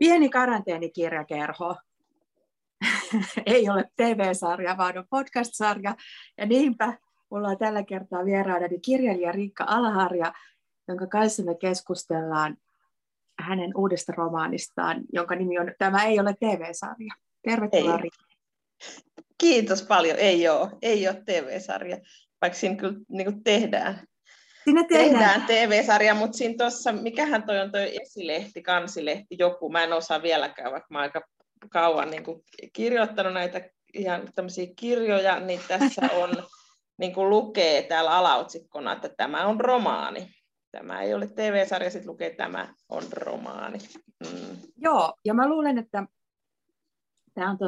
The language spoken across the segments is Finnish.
Pieni karanteenikirjakerho. Ei ole TV-sarja, vaan on podcast-sarja. Ja niinpä mulla on tällä kertaa vieraana kirjailija Riikka Alaharja, jonka kanssa me keskustellaan hänen uudesta romaanistaan, jonka nimi on Tämä ei ole TV-sarja. Tervetuloa, Riikka. Kiitos paljon. Ei ole TV-sarja, vaikka siinä kyllä niin tehdään TV-sarja, mutta siinä tuossa, mikähän toi on toi esilehti, kansilehti, joku, mä en osaa vieläkään, vaikka mä aika kauan niin kirjoittanut näitä ihan tämmöisiä kirjoja, niin tässä on, niin kuin lukee täällä alaotsikkona, että tämä on romaani. Tämä ei ole TV-sarja, sitten lukee, tämä on romaani. Joo, ja mä luulen, että tämä on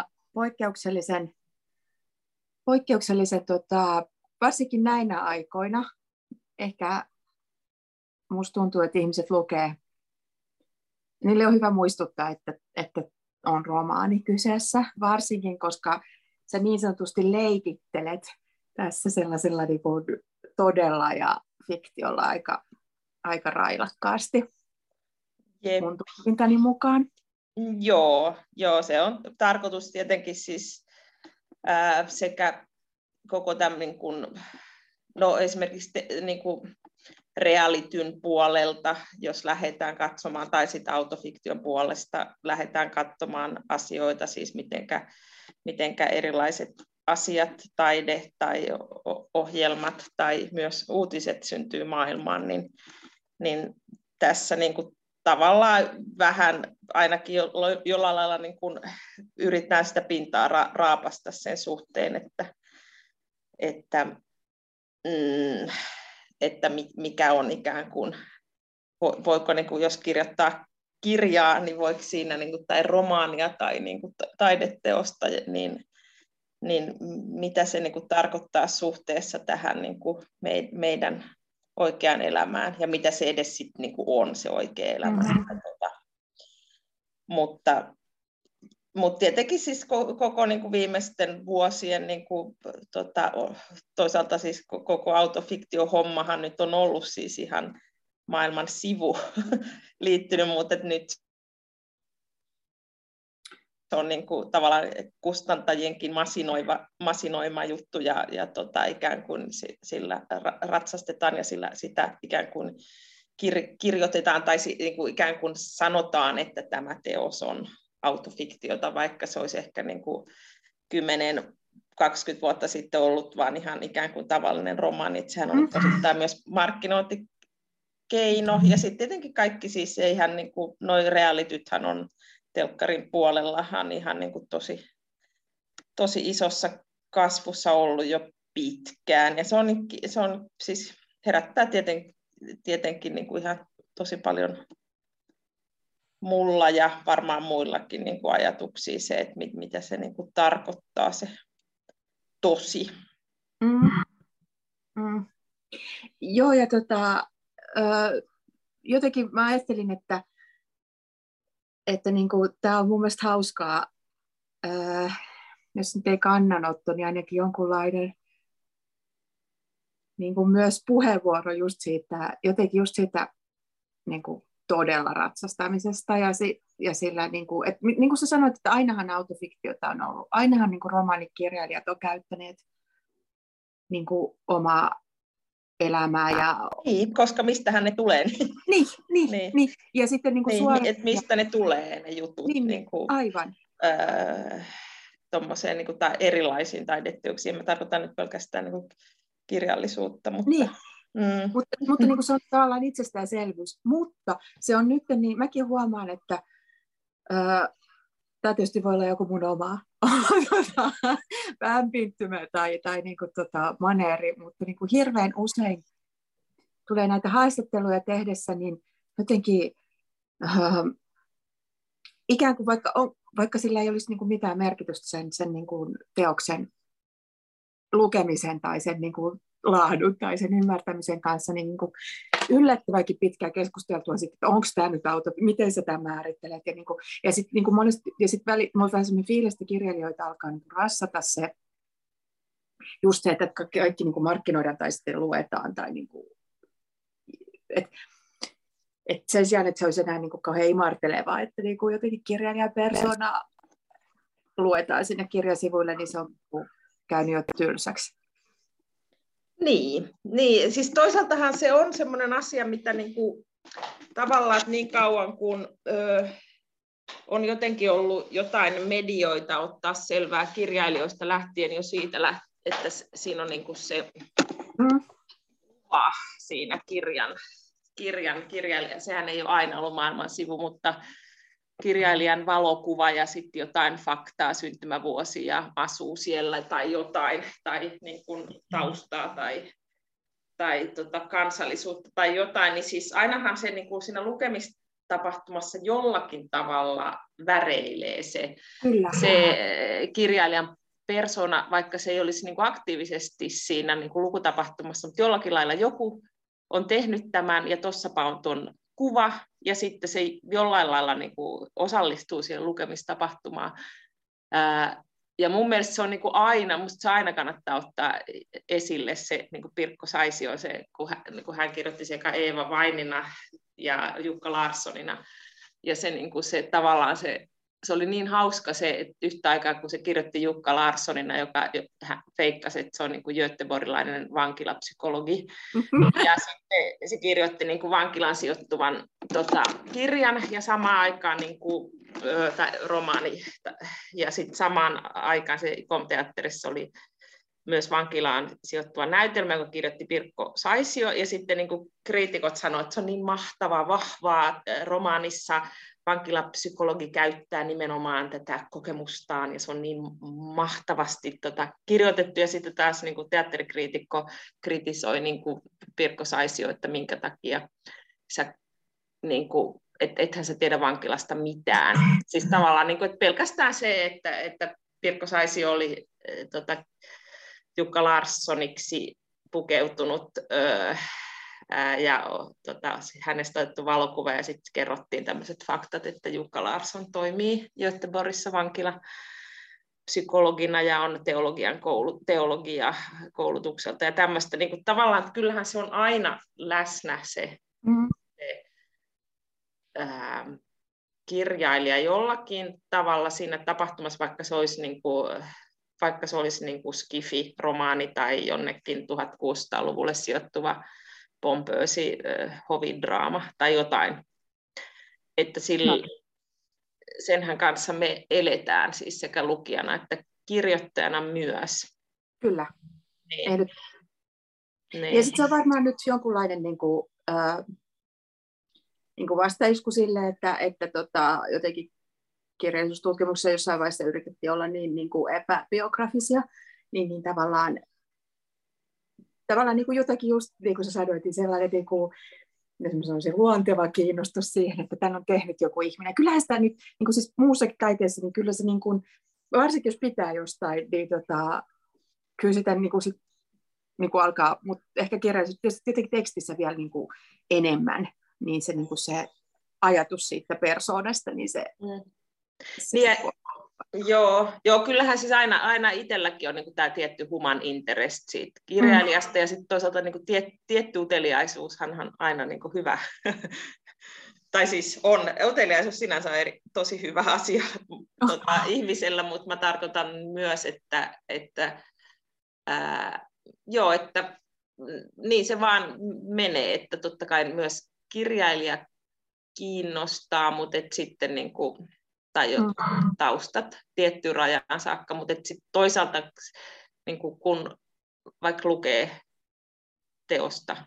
poikkeuksellisen varsinkin näinä aikoina. Ehkä musta tuntuu, että ihmiset lukee. Niille on hyvä muistuttaa, että on romaani kyseessä, varsinkin koska sä niin sanotusti leikittelet tässä sellaisella niin kuin todella ja fiktiolla aika railakkaasti. Jep. Mun tulkintani mukaan. Joo, se on tarkoitus tietenkin siis sekä koko tämän niin kuin, no esimerkiksi niin kuin realityn puolelta, jos lähdetään katsomaan, tai sitten autofiktion puolesta lähdetään katsomaan asioita, siis mitenkä erilaiset asiat, taide tai ohjelmat tai myös uutiset syntyy maailmaan, niin tässä niin kuin tavallaan vähän ainakin jollain lailla niin kuin yritetään sitä pintaa raapasta sen suhteen, että mikä on ikään kuin, voiko niin kuin, jos kirjoittaa kirjaa, niin voiko siinä niin kuin, tai romaania tai niin kuin, taideteosta, niin mitä se niin kuin, tarkoittaa suhteessa tähän niin kuin, meidän oikeaan elämään ja mitä se edes sit, niin kuin, on se oikea elämä. Mutta tietenkin siis koko niin kuin viimeisten vuosien niin kuin, toisaalta siis koko autofiktiohommahan nyt on ollut siis ihan maailman sivu liittynyt, mutta nyt se on niin kuin, tavallaan kustantajienkin masinoima juttu ja ikään kuin sillä ratsastetaan ja sitä ikään kuin kirjoitetaan tai niin kuin ikään kuin sanotaan, että tämä teos on autofiktiota, vaikka se olisi ehkä niin kuin 10-20 vuotta sitten ollut vaan ihan ikään kuin tavallinen romaani. Sehän on osittain myös markkinointikeino. Ja sitten tietenkin kaikki siis eihän niin kuin, noi realitythän on telkkarin puolellahan ihan niin kuin tosi isossa kasvussa ollut jo pitkään. Ja se on siis herättää tietenkin niin kuin ihan tosi paljon mulla ja varmaan muillakin niin kuin ajatuksia se, että mitä se niin kuin tarkoittaa se tosi. Joo, ja jotenkin mä ajattelin, että niin kuin, tämä on mun mielestä hauskaa, jos nyt ei kannanotto, niin ainakin jonkunlainen niin kuin myös puheenvuoro jotenkin just siitä niin kuin todella ratsastamisesta ja sillä, niin kuin, että, niin kuin sä sanoit, että ainahan autofiktiota on ollut, ainahan niin kuin romaanikirjailijat on käyttäneet niin kuin omaa elämää. Niin, koska mistähän ne tulee. Niin. Ja sitten niin kuin suoraan. Että mistä ne tulee ne jutut. Niin kuin, aivan. Tuommoiseen niin kuin, erilaisiin taideteoksiin. Mä tarkoitan nyt pelkästään niin kuin kirjallisuutta. Mutta, niin. Mutta niin kuin se on tavallaan itsestäänselvyys. Mutta se on nyt, niin mäkin huomaan, että tämä tietysti voi olla joku mun oma väänpinttymä tai niin kuin, maneeri, mutta niin kuin hirveän usein tulee näitä haastatteluja tehdessä, niin jotenkin ikään kuin vaikka sillä ei olisi niin kuin mitään merkitystä sen niin kuin teoksen lukemisen tai sen niin kuin laadun tai sen ymmärtämisen kanssa, niin kuin yllättävänkin pitkään keskusteltua siitä, että onko tämä nyt auto, miten sä tämän määrittelet. Ja sitten niin kuin monesti, ja sitten mulla on vähän sellainen fiilis, että kirjailijoita alkaa niin kuin rassata se, just se, että kaikki niin kuin markkinoidaan tai sitten luetaan. Tai niin kuin, Et sen sijaan, että se olisi enää niin kuin kauhean imartelevaa, että niin kuin jotenkin kirjailijan persona luetaan sinne kirjasivuille, niin se on käynyt jo tylsäksi. Niin, siis toisaaltahan se on semmoinen asia, mitä niinku, tavallaan niin kauan kun on jotenkin ollut jotain medioita ottaa selvää kirjailijoista lähtien jo siitä, että siinä on niinku se kuva siinä kirjailija. Sehän ei ole aina ollut maailman sivu, mutta kirjailijan valokuva ja sitten jotain faktaa, syntymävuosi ja asuu siellä tai jotain, tai niin kuin taustaa tai kansallisuutta tai jotain, niin siis ainahan se niin kuin siinä lukemistapahtumassa jollakin tavalla väreilee se kirjailijan persona, vaikka se ei olisi niin kuin aktiivisesti siinä niin kuin lukutapahtumassa, mutta jollakin lailla joku on tehnyt tämän ja tuossapa on tuon kuva, ja sitten se jollain lailla niin kuin osallistuu siihen lukemistapahtumaan. Ja mun mielestä se on niin kuin aina, musta se aina kannattaa ottaa esille se niin kuin Pirkko Saisio, se, kun hän kirjoitti sekä Eeva Vainina ja Jukka Larssonina, ja se, niin kuin se tavallaan se oli niin hauska se, että yhtä aikaa kun se kirjoitti Jukka Larssonina, joka hän feikkasi, että se on niin kuin göteborgilainen vankilapsykologi, ja sitten se kirjoitti niin kuin vankilaan sijoittuvan kirjan ja samaan aikaan niin kuin, romaani, ja sitten samaan aikaan se Kom-teatterissa oli myös vankilaan sijoittuva näytelmä, joka kirjoitti Pirkko Saisio, ja sitten niin kuin kriitikot sanoivat, että se on niin mahtavaa, vahvaa romaanissa, vankilapsykologi käyttää nimenomaan tätä kokemustaan, ja se on niin mahtavasti kirjoitettu, ja sitten taas niin kuin teatterikriitikko kritisoi niin kuin Pirkko Saisio, että minkä takia sä, niin kuin, ethän sä tiedä vankilasta mitään. Siis tavallaan, niin kuin, että pelkästään se, että Pirkko Saisio oli Jukka Larssoniksi pukeutunut, ja hänestä otettu valokuva, ja sitten kerrottiin tämmöiset faktat, että Jukka Larsson toimii Göteborgissa vankilapsykologina ja on teologia koulutukselta ja tämmöistä. Niin kuin, tavallaan, että kyllähän se on aina läsnä se kirjailija jollakin tavalla siinä tapahtumassa, vaikka se olisi niin kuin skifi-romaani tai jonnekin 1600-luvulle sijoittuva pompöösi hovidraama tai jotain. Että senhän kanssa me eletään siis sekä lukijana että kirjoittajana myös. Kyllä. Niin. Ja sitten se on varmaan nyt jonkunlainen niin kuin vastaisku sille, että jotenkin kirjallisuustutkimuksessa jossain vaiheessa yritettiin olla niin kuin epäbiografisia, niin tavallaan niin kuin jotakin just, niin kuin sä sanoit, niin sellainen niin kuin, luonteva kiinnostus siihen, että tämän on tehnyt joku ihminen. Kyllähän sitä nyt, niin kuin siis muussakin taiteessa, niin kyllä se, niin kuin, varsinkin jos pitää jostain, niin kyllä sitä niin kuin alkaa, mutta ehkä kirjallisuus, tietenkin tekstissä vielä niin kuin enemmän, niin se, niin kuin se ajatus siitä persoonasta, niin se... Joo, kyllähän siis aina itselläkin on niin tämä tietty human interest siitä kirjailijasta, ja sitten toisaalta niin tietty uteliaisuushan on aina niin hyvä. Tai siis uteliaisuus sinänsä on tosi hyvä asia ihmisellä, mutta mä tarkoitan myös, että niin se vaan menee, että totta kai myös kirjailija kiinnostaa, mutta sitten niin kuin, tai jotkut taustat tiettyyn rajaan saakka, mutta sitten toisaalta niin kun vaikka lukee teosta,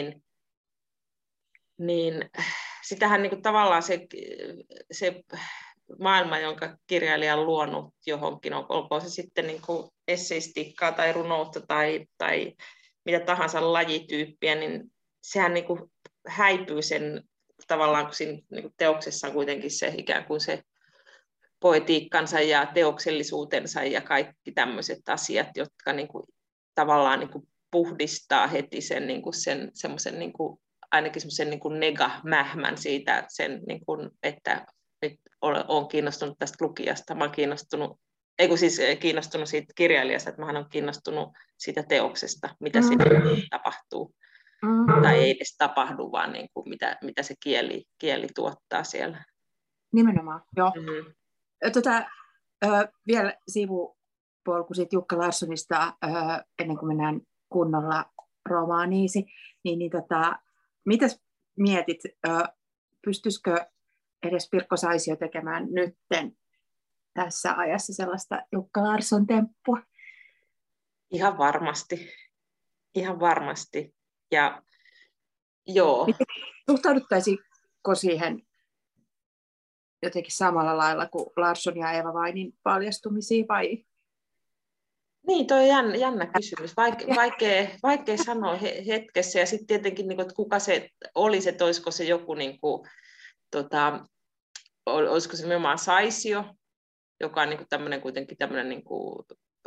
niin sitähän niin tavallaan se maailma, jonka kirjailija on luonut johonkin, olkoon se sitten niin esseistiikkaa tai runoutta tai mitä tahansa lajityyppiä, niin sehän niin häipyy sen tavallaan, kun siinä niin teoksessa on kuitenkin se ikään kuin se poetiikkansa ja teoksellisuutensa ja kaikki tämmöiset asiat, jotka niin kuin, tavallaan niin kuin puhdistaa heti sen, niin kuin semmoisen niin kuin, ainakin semmoisen niin kuin nega-mähmän siitä, sen, niin kuin, että nyt olen kiinnostunut tästä lukijasta, mä olen kiinnostunut siitä kirjailijasta, että mä olen kiinnostunut siitä teoksesta, mitä siinä tapahtuu. tai ei edes tapahdu, vaan niin kuin mitä se kieli tuottaa siellä. Nimenomaan, joo. Mm-hmm. Vielä sivupolku siitä Jukka Larssonista, ennen kuin mennään kunnolla romaaniisi, niin mitäs mietit, pystyisikö edes Pirkko Saisio tekemään nytten tässä ajassa sellaista Jukka Larsson temppua? Ihan varmasti. Ihan varmasti. Ja joo. Suhtauduttaisiko siihen jotenkin samalla lailla kuin Larsson ja Eeva Vainin paljastumisiin vai? Niin, toi on jännä kysymys. Vaikea sanoa hetkessä. Ja sitten tietenkin, niin kuin, että kuka se olisi, että olisiko se joku, niin kuin, olisiko se nimenomaan Saisio, joka on niin kuin tämmöinen kuitenkin tämmöinen niin kuin,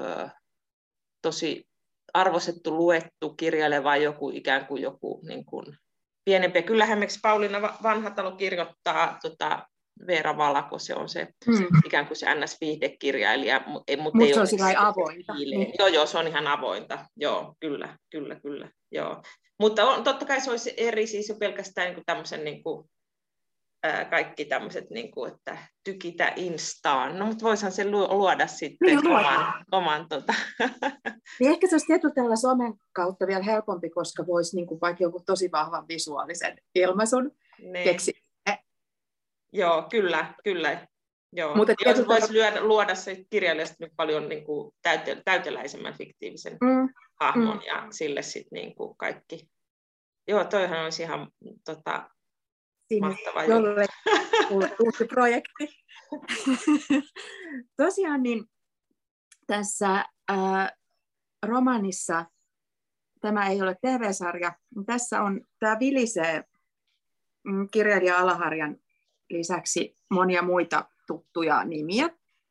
tosi arvostettu, luettu kirjailija vai joku ikään kuin joku niin kuin pienempi. Kyllähän esimerkiksi Pauliina Vanhatalo kirjoittaa Veera Valako, se on se ikään kuin se NS-viihdekirjailija, mutta ei se ole on sillä avointa. Niin. Joo, se on ihan avointa. Joo, kyllä. Joo. Mutta totta kai se olisi eri, siis jo pelkästään niin kuin tämmöisen niin kuin, kaikki tämmöiset, niin kuin, että tykitä instaan. No, mutta voisihan se luoda sitten oman Niin ehkä se olisi tietyllä tavalla somen kautta vielä helpompi, koska voisi niin kuin vaikka joku tosi vahvan visuaalisen ilmaisun keksiä. Joo, kyllä. Joo. Mutta voisi luoda se kirjailijasta nyt paljon niin kuin täyteläisemmän fiktiivisen hahmon ja sille sitten niin kuin kaikki. Joo, toihan olisi ihan mahtava jolle uusi projekti. Tosiaan niin tässä romaanissa tämä ei ole TV-sarja. Tässä on tämä vilisee kirjailija Alaharjan lisäksi monia muita tuttuja nimiä.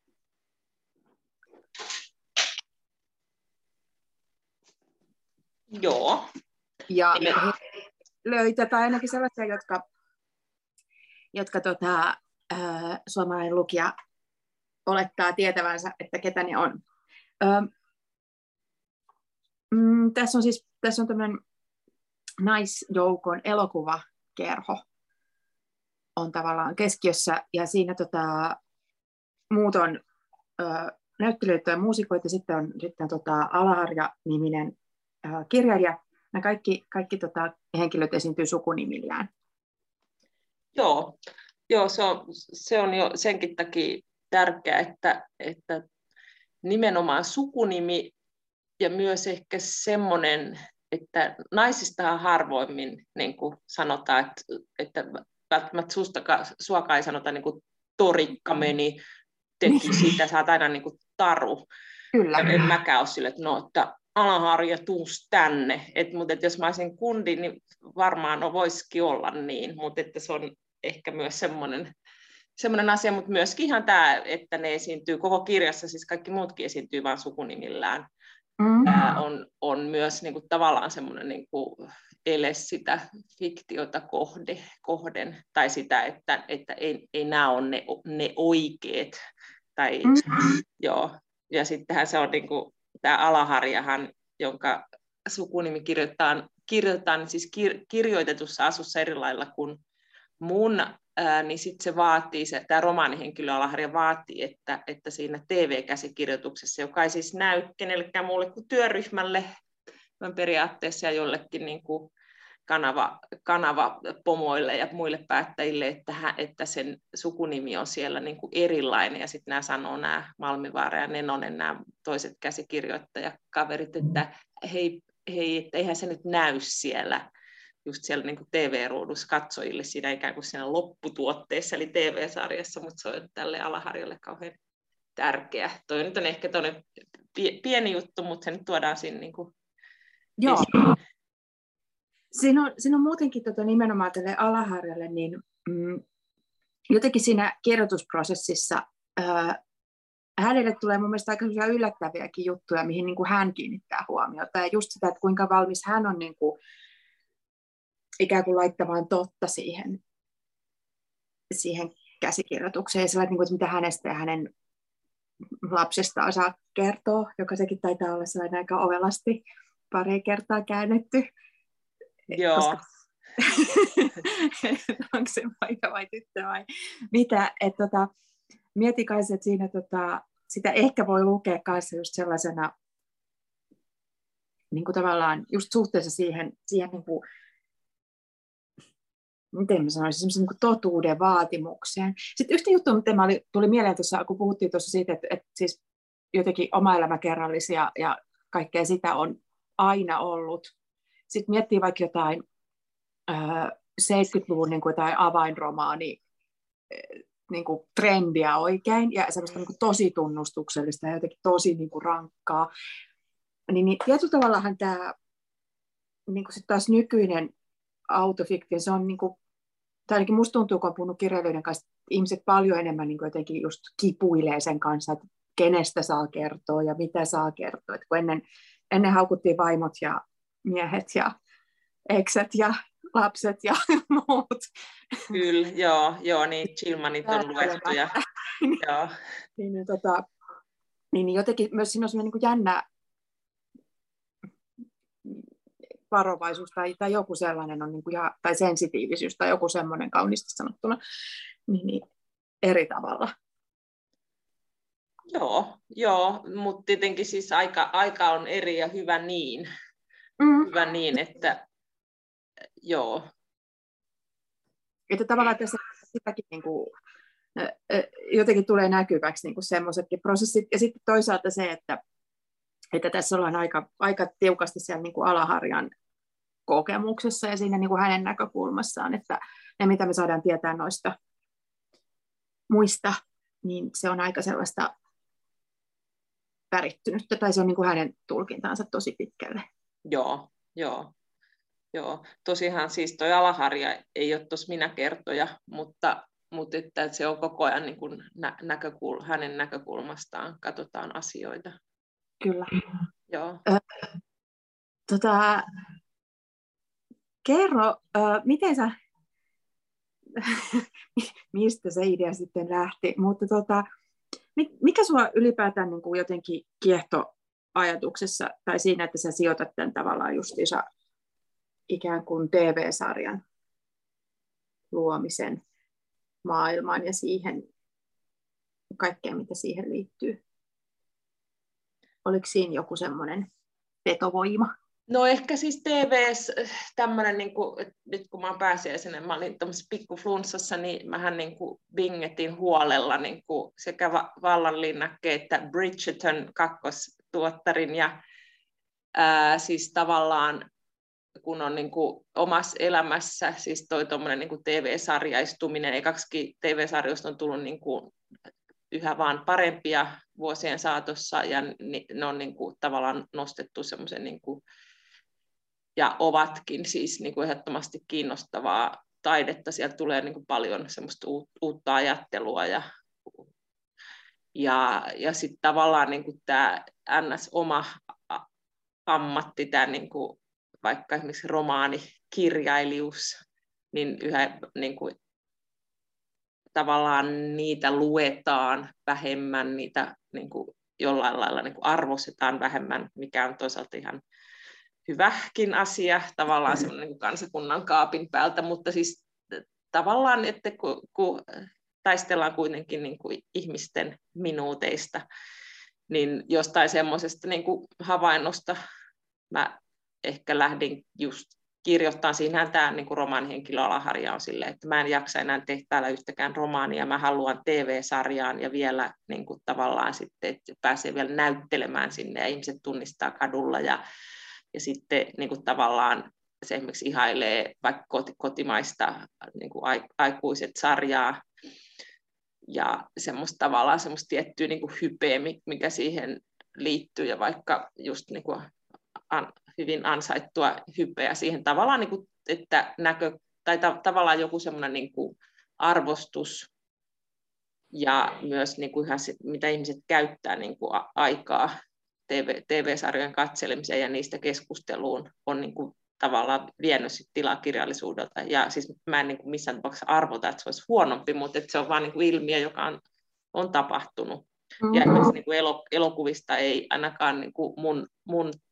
Joo. Ja he löytävät ainakin sellaisia, jotka suomalainen lukija olettaa tietävänsä, että ketä ne on. Tässä on tämmöinen naisjoukon elokuvakerho on tavallaan keskiössä, ja siinä muut on näyttelijöitä ja muusikoita, sitten on Alaharja-niminen kirjailija. Nämä kaikki henkilöt esiintyy sukunimillään. Joo, se on jo senkin takia tärkeää, että nimenomaan sukunimi ja myös ehkä semmoinen, että naisistahan harvoimmin niin kuin sanotaan, että välttämättä suakaan ei sanota niin kuin Torikka meni, teki siitä, sä oot aina niin kuin taru. Kyllä. En mäkään ole sille, että Alaharja, tuus tänne. Mutta jos mä olisin kundi, niin varmaan voisikin olla niin, mutta että se on ehkä myös semmoinen asia, mutta myöskin ihan tämä, että ne esiintyy koko kirjassa, siis kaikki muutkin esiintyy vain sukunimillään, on myös niin kuin, tavallaan semmoinen niin kuin, ele sitä fiktiota kohden, tai sitä, että ei nämä ole ne oikeat. Tai, joo. Ja sittenhän se on niin kuin, tämä Alaharjahan, jonka sukunimi kirjoitetaan niin siis kirjoitetussa asussa eri lailla kuin mun, niin sitten se vaatii, tämä romaanihenkilö Alaharja vaatii, että siinä TV-käsikirjoituksessa, joka ei siis näy kenellekään muulle kuin työryhmälle, periaatteessa ja jollekin niin kuin kanavapomoille ja muille päättäjille, että sen sukunimi on siellä niin kuin erilainen, ja sitten nämä Malmivaara ja Nenonen, nämä toiset käsikirjoittajakaverit, että hei, että eihän se nyt näy siellä, just siellä niin kuin TV-ruudussa katsojille siinä ikään kuin siinä lopputuotteessa, eli TV-sarjassa, mutta se on tälle Alaharjalle kauhean tärkeä. Toi nyt on ehkä pieni juttu, mutta se nyt tuodaan siinä niin kuin esiin. Siinä on muutenkin nimenomaan tälle Alaharjalle, niin jotenkin siinä kirjoitusprosessissa hänelle tulee mun mielestä aika yllättäviäkin juttuja, mihin niin kuin hän kiinnittää huomiota. Ja just sitä, että kuinka valmis hän on niin kuin ikään kuin laittamaan totta siihen käsikirjoitukseen. Sillä, että mitä hänestä ja hänen lapsestaan saa kertoa, joka sekin taitaa olla sellainen aika ovelasti pari kertaa käännetty Joo. Onko se poika vai tyttö vai mitä. Mieti kai, että siinä sitä ehkä voi lukea kanssa just sellaisena niin kuin tavallaan just suhteessa siihen niin kuin, miten mä sanoisin, semmoisen niin kuin totuuden vaatimukseen. Sitten yhtä juttu, mitä tuli mieleen tuossa, kun puhuttiin tuossa siitä, että siis jotenkin oma elämäkerrallisia ja kaikkea sitä on aina ollut. Sitten miettii vaikka jotain 70-luvun niin kuin jotain avainromaani niin kuin trendiä oikein ja semmoista niin kuin tosi tunnustuksellista ja jotenkin tosi niin kuin rankkaa. Niin tietyllä tavallahan tämä niin kuin sit taas nykyinen autofiktio, se on niin kuin, tai ainakin musta tuntuu, kun on puhunut kirjailijoiden kanssa, että ihmiset paljon enemmän niin kuin jotenkin just kipuilee sen kanssa, että kenestä saa kertoa ja mitä saa kertoa. Että kun ennen haukuttiin vaimot ja miehet ja ekset ja lapset ja muut. Kyllä, joo, niin Chillmanit on luettu. Niin jotenkin myös siinä on sellainen niin kuin jännä varovaisuus tai joku sellainen on niin kuin tai sensitiivisyys tai joku semmoinen kauniisti sanottuna niin eri tavalla. Joo, mutta tietenkin siis aika on eri ja hyvä niin. Hyvä niin, että joo. Että tavallaan tässä sitäkin niin kuin, jotenkin tulee näkyväksi niin kuin semmoisetkin prosessit. Ja sitten toisaalta se, että tässä ollaan aika tiukasti siellä niin kuin alaharjan kokemuksessa ja siinä niin kuin hänen näkökulmassaan, että ne mitä me saadaan tietää noista muista, niin se on aika sellaista värittynyttä, tai se on niin kuin hänen tulkintaansa tosi pitkälle. Joo. Tosiaan siis toi alaharja ei ole tuossa minäkertoja, mutta että se on koko ajan niin kuin hänen näkökulmastaan katsotaan asioita. Kyllä. Joo. Kerro, miten sä, mistä se idea sitten lähti, mutta mikä sua ylipäätään niin kuin jotenkin kiehto ajatuksessa tai siinä, että sä sijoitat tämän tavallaan justiinsa ikään kuin TV-sarjan luomisen maailmaan ja siihen kaikkeen, mitä siihen liittyy? Oliko siinä joku semmoinen vetovoima? No ehkä siis TV:ssä tämmöinen, niin nyt kun mä oon pääsiäisenä, mä olin tämmöisessä pikkuflunssassa, niin mähän niin kuin bingetin huolella niin kuin sekä Vallanlinnakkeen että Bridgerton kakkostuottarin. Ja siis tavallaan kun on niin kuin omassa elämässä siis toi tommoinen niin kuin TV-sarjaistuminen, ja kaksikin TV-sarjoista on tullut niin kuin yhä vaan parempia vuosien saatossa, ja ne on niin kuin tavallaan nostettu semmoisen niin kuin ja ovatkin siis niin kuin ehdottomasti kiinnostavaa taidetta. Sieltä tulee niin kuin paljon semmoista uutta ajattelua ja sitten tavallaan niin kuin tämä NS-oma ammatti, tämä niin kuin vaikka esimerkiksi romaanikirjailijuus, niin yhä niin kuin tavallaan niitä luetaan vähemmän, niitä niin kuin jollain lailla niin kuin arvostetaan vähemmän, mikä on toisaalta ihan hyväkin asia, tavallaan semmoinen niin kansakunnan kaapin päältä, mutta siis tavallaan, että kun taistellaan kuitenkin niin kuin ihmisten minuuteista, niin jostain semmoisesta niin kuin havainnosta mä ehkä lähdin just kirjoittamaan. Siinähän tämä niin kuin romaanihenkilö Alaharja on silleen, että mä en jaksa enää tehtäillä yhtäkään romaania, mä haluan TV-sarjaan ja vielä niin kuin tavallaan sitten, että pääsee vielä näyttelemään sinne ja ihmiset tunnistaa kadulla ja sitten niin kuin tavallaan se esimerkiksi ihailee vaikka kotimaista niin kuin aikuiset sarjaa ja semmoista tavallaan semmoista tiettyä niin kuin hypeä, mikä siihen liittyy ja vaikka just niin kuin hyvin ansaittua hypeä siihen tavallaan, niin kuin, että tavallaan joku semmoinen niin kuin arvostus ja myös niin kuin ihan se, mitä ihmiset käyttää niin kuin aikaa TV-sarjojen katselemiseen ja niistä keskusteluun on niin kuin tavallaan vienyt tilaa kirjallisuudelta. Ja siis mä en niin kuin missään tapauksessa arvota, että se olisi huonompi, mutta että se on vaan niin kuin ilmiö, joka on tapahtunut. Ja esimerkiksi niin kuin elokuvista ei ainakaan niin kuin mun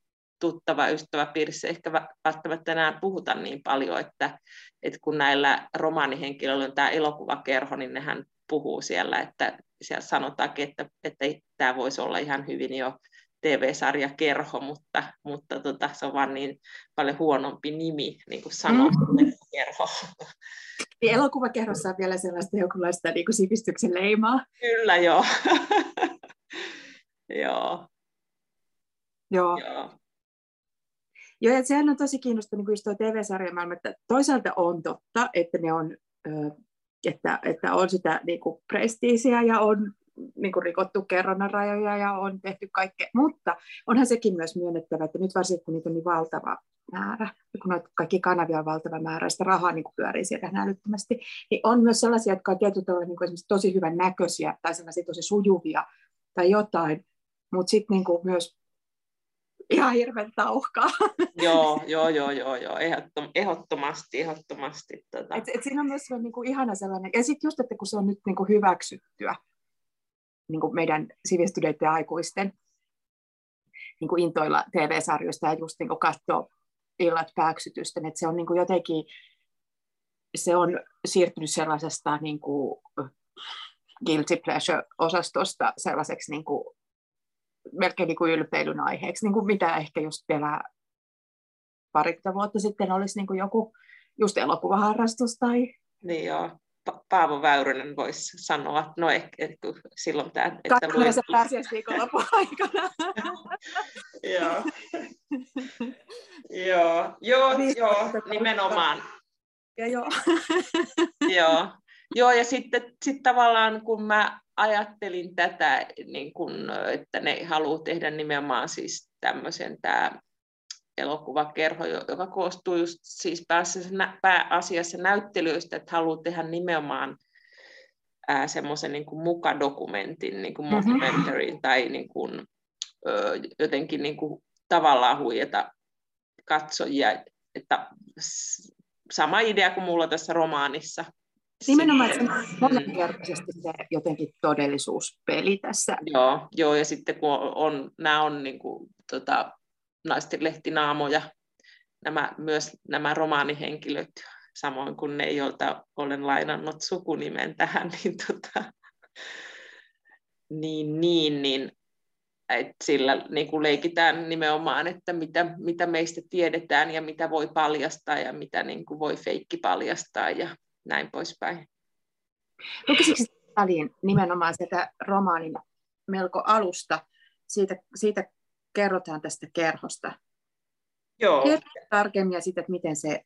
tuttava ystäväpiirissä ehkä välttämättä enää puhuta niin paljon, että kun näillä romaanihenkilöillä on tämä elokuvakerho, niin nehän puhuu siellä, että siellä sanotaankin, että tämä voisi olla ihan hyvin jo TV-sarjakerho, mutta se on vaan niin paljon huonompi nimi, niin kuin sanoo kerho. Elokuvakerhossa on vielä sellaista jonkunlaista niin kuin sivistyksen leimaa. Kyllä, joo. Joo. Joo. Joo, ja sehän on tosi kiinnostavaa niin kuin just tuo TV-sarjamaailma, että toisaalta on totta, että ne on, että on sitä niin kuin prestiisiä ja on niin kuin rikottu kerronnan rajoja ja on tehty kaikkea, mutta onhan sekin myös myönnettävä, että nyt varsinkin kun niitä on niin valtava määrä, kun kaikki kanavia on valtava määrä, ja sitä rahaa niin kuin pyörii sieltä älyttömästi, niin on myös sellaisia, jotka on tietyllä tavalla niin kuin esimerkiksi tosi hyvän näköisiä tai sellaisia tosi sujuvia tai jotain, mutta sitten niin kuin myös ihan hirveän tauhkaa. Joo. Ehdottomasti. Et siinä on myös niin kuin ihana sellainen, ja sitten just, että kun se on nyt niin kuin hyväksyttyä niin kuin meidän sivistyneiden aikuisten niin kuin intoilla TV-sarjoista ja just niin kuin katsoa illat pääksytysten, että se on niin kuin jotenkin, se on siirtynyt sellaisesta niin kuin guilty pleasure-osastosta sellaiseksi niin kuin melkein niin kuin ylpeilyn aiheeksi, niin kuin mitä ehkä just vielä parikymmentä vuotta sitten olisi niin kuin joku just elokuvaharrastus tai... Niin joo. Paavo Väyrynen voisi sanoa, no ehkä silloin tämä... Katsotaan se pääsiäisviikonlopun aikana. Joo, nimenomaan. Joo, ja sitten tavallaan kun mä ajattelin tätä, niin kun, että ne haluaa tehdä nimenomaan siis tämmöisen tämä elokuvakerho, joka koostuu just siis pääasiassa näyttelyistä, että haluaa tehdä nimenomaan semmoisen niin kuin mukadokumentin, niin kuin mockumentarin tai niin kuin, jotenkin niin kuin tavallaan huijata katsojia, että sama idea kuin mulla tässä romaanissa. Nimenomaan, että se on monenkertaisesti se jotenkin todellisuuspeli tässä. Joo, ja sitten kun nämä on niin kuin, naisten lehtinaamoja, myös nämä romaanihenkilöt, samoin kuin ne, joilta olen lainannut sukunimen tähän, niin että sillä niin kuin leikitään nimenomaan, että mitä meistä tiedetään ja mitä voi paljastaa ja mitä niin kuin voi feikki paljastaa ja näin poispäin. Lukisitko väliin nimenomaan sitä romaanin melko alusta? Siitä kerrotaan tästä kerhosta. Joo. Kerrotaan tarkemmin siitä, että miten se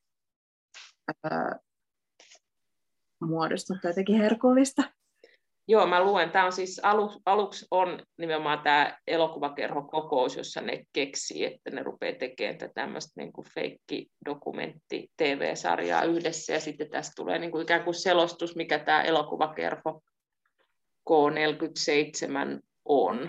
muodostuu jotenkin herkullista. Joo, mä luen. Tämä on siis aluksi on nimenomaan tämä elokuvakerhokokous, jossa ne keksii, että ne rupeaa tekemään tämmöistä niin kuin feikki-dokumentti TV-sarjaa yhdessä. Ja sitten tästä tulee niin kuin ikään kuin selostus, mikä tämä elokuvakerho K47 on.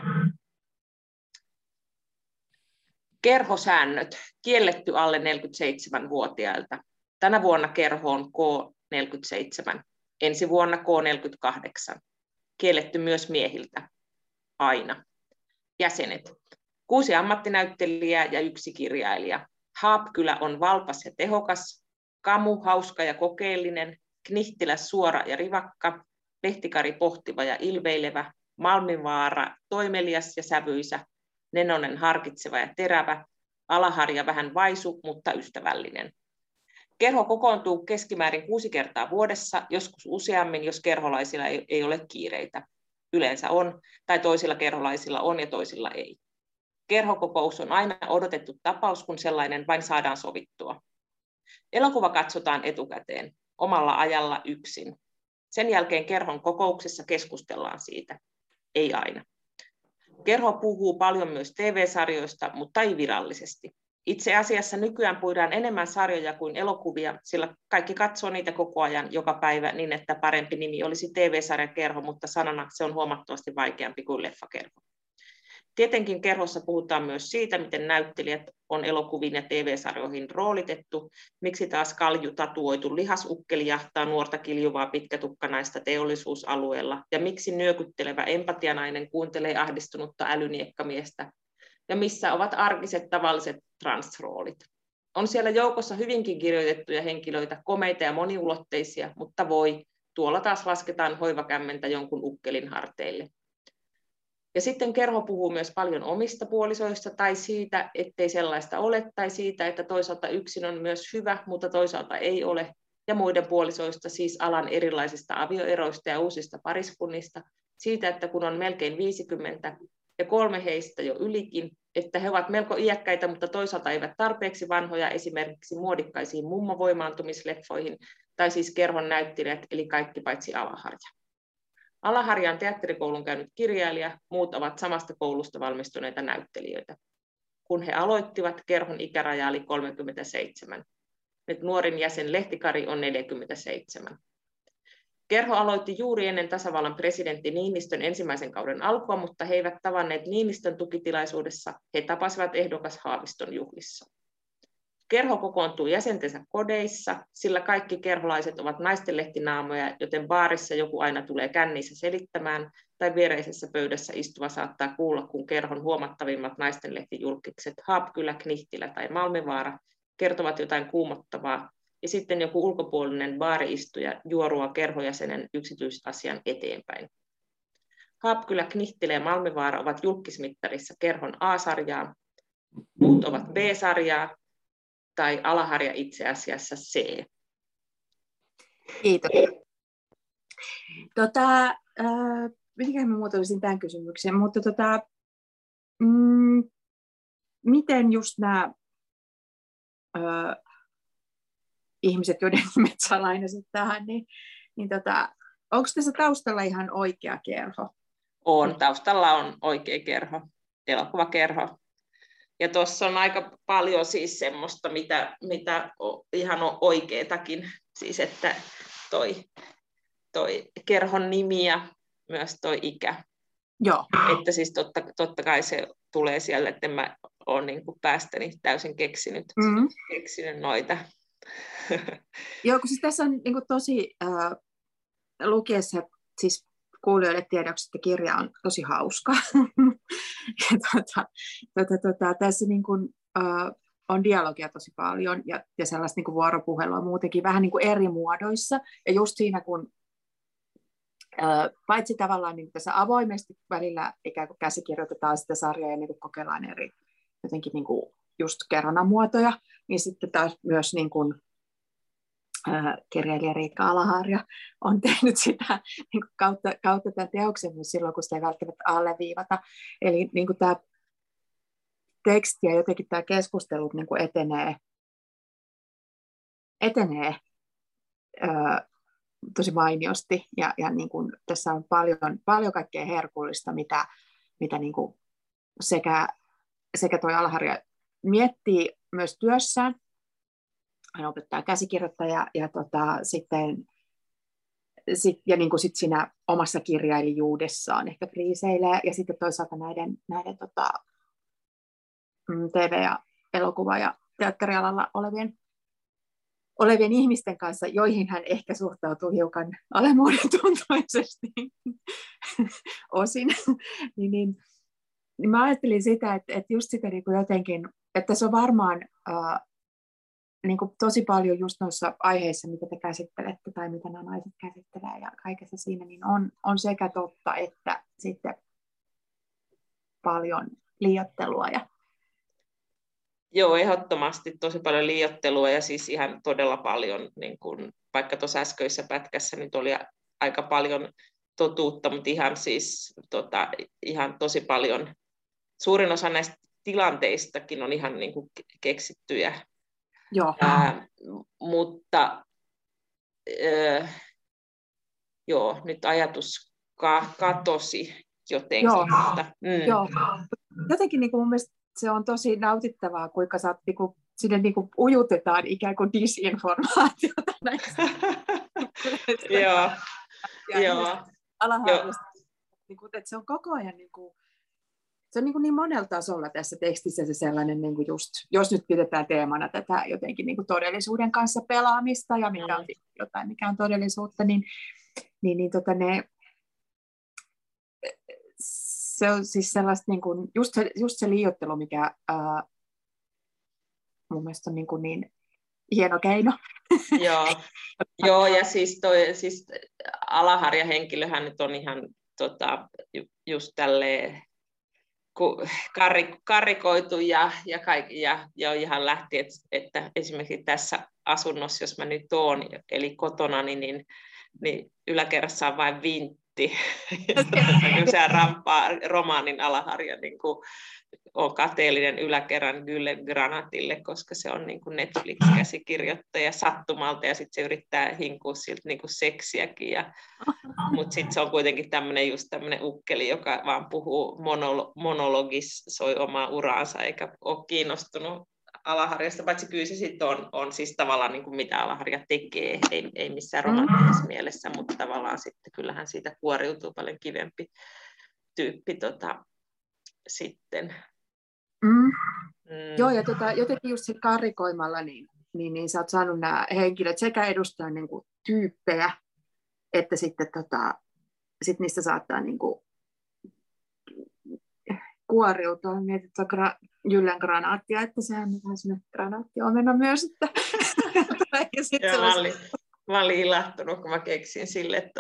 Kerhosäännöt. Kielletty alle 47-vuotiailta. Tänä vuonna kerho on K47. Ensi vuonna K48. Kielletty myös miehiltä. Aina. Jäsenet. 6 ammattinäyttelijää ja 1 kirjailija. Haapkylä on valpas ja tehokas. Kamu hauska ja kokeellinen. Knihtilä suora ja rivakka. Lehtikari pohtiva ja ilveilevä. Malmivaara toimelias ja sävyisä. Nenonen harkitseva ja terävä. Alaharja vähän vaisu, mutta ystävällinen. Kerho kokoontuu keskimäärin 6 kertaa vuodessa, joskus useammin, jos kerholaisilla ei ole kiireitä. Yleensä on, tai toisilla kerholaisilla on ja toisilla ei. Kerhokokous on aina odotettu tapaus, kun sellainen vain saadaan sovittua. Elokuva katsotaan etukäteen, omalla ajalla yksin. Sen jälkeen kerhon kokouksessa keskustellaan siitä. Ei aina. Kerho puhuu paljon myös TV-sarjoista, mutta ei virallisesti. Itse asiassa nykyään puidaan enemmän sarjoja kuin elokuvia, sillä kaikki katsoo niitä koko ajan joka päivä niin, että parempi nimi olisi TV-sarjakerho, mutta sanana se on huomattavasti vaikeampi kuin leffakerho. Tietenkin kerhossa puhutaan myös siitä, miten näyttelijät on elokuviin ja TV-sarjoihin roolitettu, miksi taas kalju tatuoitu lihasukkeli jahtaa nuorta kiljuvaa pitkätukkanaista teollisuusalueella, ja miksi nyökyttelevä empatianainen kuuntelee ahdistunutta älyniekkamiestä, ja missä ovat arkiset tavalliset transroolit. On siellä joukossa hyvinkin kirjoitettuja henkilöitä, komeita ja moniulotteisia, mutta tuolla taas lasketaan hoivakämmentä jonkun ukkelin harteille. Ja sitten kerho puhuu myös paljon omista puolisoista tai siitä, ettei sellaista ole, tai siitä, että toisaalta yksin on myös hyvä, mutta toisaalta ei ole, ja muiden puolisoista, siis alan erilaisista avioeroista ja uusista pariskunnista, siitä, että kun on melkein 50 ja 3 heistä jo ylikin, että he ovat melko iäkkäitä, mutta toisaalta eivät tarpeeksi vanhoja esimerkiksi muodikkaisiin mummovoimaantumisleffoihin, tai siis kerhon näyttelijät, eli kaikki paitsi Alaharja. Alaharja on teatterikoulun käynyt kirjailija, muut ovat samasta koulusta valmistuneita näyttelijöitä. Kun he aloittivat, kerhon ikäraja oli 37. Nyt nuorin jäsen Lehtikari on 47. Kerho aloitti juuri ennen tasavallan presidentti Niinistön ensimmäisen kauden alkua, mutta he eivät tavanneet Niinistön tukitilaisuudessa, he tapasivat ehdokas Haaviston juhlissa. Kerho kokoontuu jäsentensä kodeissa, sillä kaikki kerholaiset ovat naistenlehtinaamoja, joten baarissa joku aina tulee kännissä selittämään, tai viereisessä pöydässä istuva saattaa kuulla, kun kerhon huomattavimmat naistenlehtijulkikset Haapkylä, Knihtilä tai Malmivaara kertovat jotain kuumottavaa, ja sitten joku ulkopuolinen baari-istuja juorua kerhojäsenen yksityisasian eteenpäin. Haapkylä, Knihtilä ja Malmivaara ovat julkismittarissa kerhon A-sarjaa, muut ovat B-sarjaa, tai Alaharja itse asiassa C. Kiitos. Mitenköhän mä muotoilisin tämän kysymyksen, mutta miten just nämä ihmiset, joiden nimet saa lainasit tähän, onko tässä taustalla ihan oikea kerho? Taustalla on oikea kerho, elokuvakerho. Ja tuossa on aika paljon siis semmoista, mitä ihan on oikeetakin, siis että toi kerhon nimi ja myös toi ikä. Joo. Että siis totta kai se tulee siellä, että en mä ole niin kuin päästäni täysin keksinyt noita. Joo, kun siis tässä on niin kuin tosi lukiessa, siis kuulijoille tiedoksi, että kirja on tosi hauska. Tässä niin kuin, on dialogia tosi paljon ja sellaista niin kuin vuoropuhelua muutenkin vähän niin kuin eri muodoissa. Ja just siinä, kun paitsi tavallaan niin tässä avoimesti välillä ikään kuin käsikirjoitetaan sitä sarjaa ja niin kuin kokeillaan eri jotenkin niin kuin just kerronnan muotoja, niin sitten taas myös niin kuin kirjailija Riikka Alaharja on tehnyt sitä niin kuin kautta tämän teoksen myös silloin, kun sitä ei välttämättä alleviivata. Eli niin kuin tämä teksti ja jotenkin tämä keskustelu niin kuin etenee tosi mainiosti. Ja niin kuin tässä on paljon kaikkea herkullista, mitä niin kuin sekä tuo Alaharja miettii myös työssään. Hän opettaa käsikirjoittaja ja ja niin kuin sit siinä omassa kirjailijuudessaan ehkä kriiseilee ja sitten toisaalta näiden TV- ja elokuva- ja teatterialalla olevien ihmisten kanssa, joihin hän ehkä suhtautuu hiukan alemuodotuntoisesti osin, niin mä ajattelin sitä, että just sitä niin kuin jotenkin, että se on varmaan niin kuin tosi paljon just noissa aiheissa, mitä te käsittelette tai mitä nämä naiset käsittelee ja kaikessa siinä, niin on sekä totta että sitten paljon liioittelua. Joo, ehdottomasti tosi paljon liioittelua ja siis ihan todella paljon, niin kuin, vaikka tuossa äskeisessä pätkässä nyt oli aika paljon totuutta, mutta ihan siis ihan tosi paljon, suurin osa näistä tilanteistakin on ihan niin kuin keksittyjä. Joo. Mutta nyt ajatus katosi jotenkin. Joo. Mutta, Joo. Jotenkin niin kuin mun mielestä se on tosi nautittavaa, kuinka sinne niin kuin ujutetaan ikään kuin disinformaatiota näistä. Joo. Alaharjasta. Että se on koko ajan se on niin monella tasolla tässä tekstissä se sellainen, niin kuin just, jos nyt pidetään teemana tätä jotenkin niin kuin todellisuuden kanssa pelaamista ja mikä on jotain, mikä on todellisuutta, niin se on siis sellaista, niin kuin, just se liioittelu, mikä mun mielestä on niin hieno keino. Joo, ja siis alaharjahenkilöhän nyt on ihan just tälleen karrikoitu ja ihan lähti, että esimerkiksi tässä asunnossa, jos mä nyt oon, eli kotona, niin yläkerrassa on vain vintti. Se rampaa romaanin alaharja, niin kuin on kateellinen yläkerran Gyllene Granatille, koska se on niin kuin Netflix-käsikirjoittaja sattumalta, ja sitten se yrittää hinkua siltä niin kuin seksiäkin. Mutta sitten se on kuitenkin tämmöinen ukkeli, joka vaan puhuu monologisoi omaa uraansa, eikä ole kiinnostunut alaharjasta, paitsi kyllä se sitten on siis tavallaan niin kuin mitä alaharja tekee, ei missään romanttisessa mielessä, mutta tavallaan sitten kyllähän siitä kuoriutuu paljon kivempi tyyppi sitten. Joo, ja jotenkin just karikoimalla, niin sä oot saanut nämä henkilöt sekä edustaa niin kuin tyyppejä, että sitten sit niistä saattaa niin kuin kuoriutua. Mietit Gyllene Granaattia, että sehän on vähän sellainen granaattiomena myös. Että mä olin ilahtunut, kun mä keksin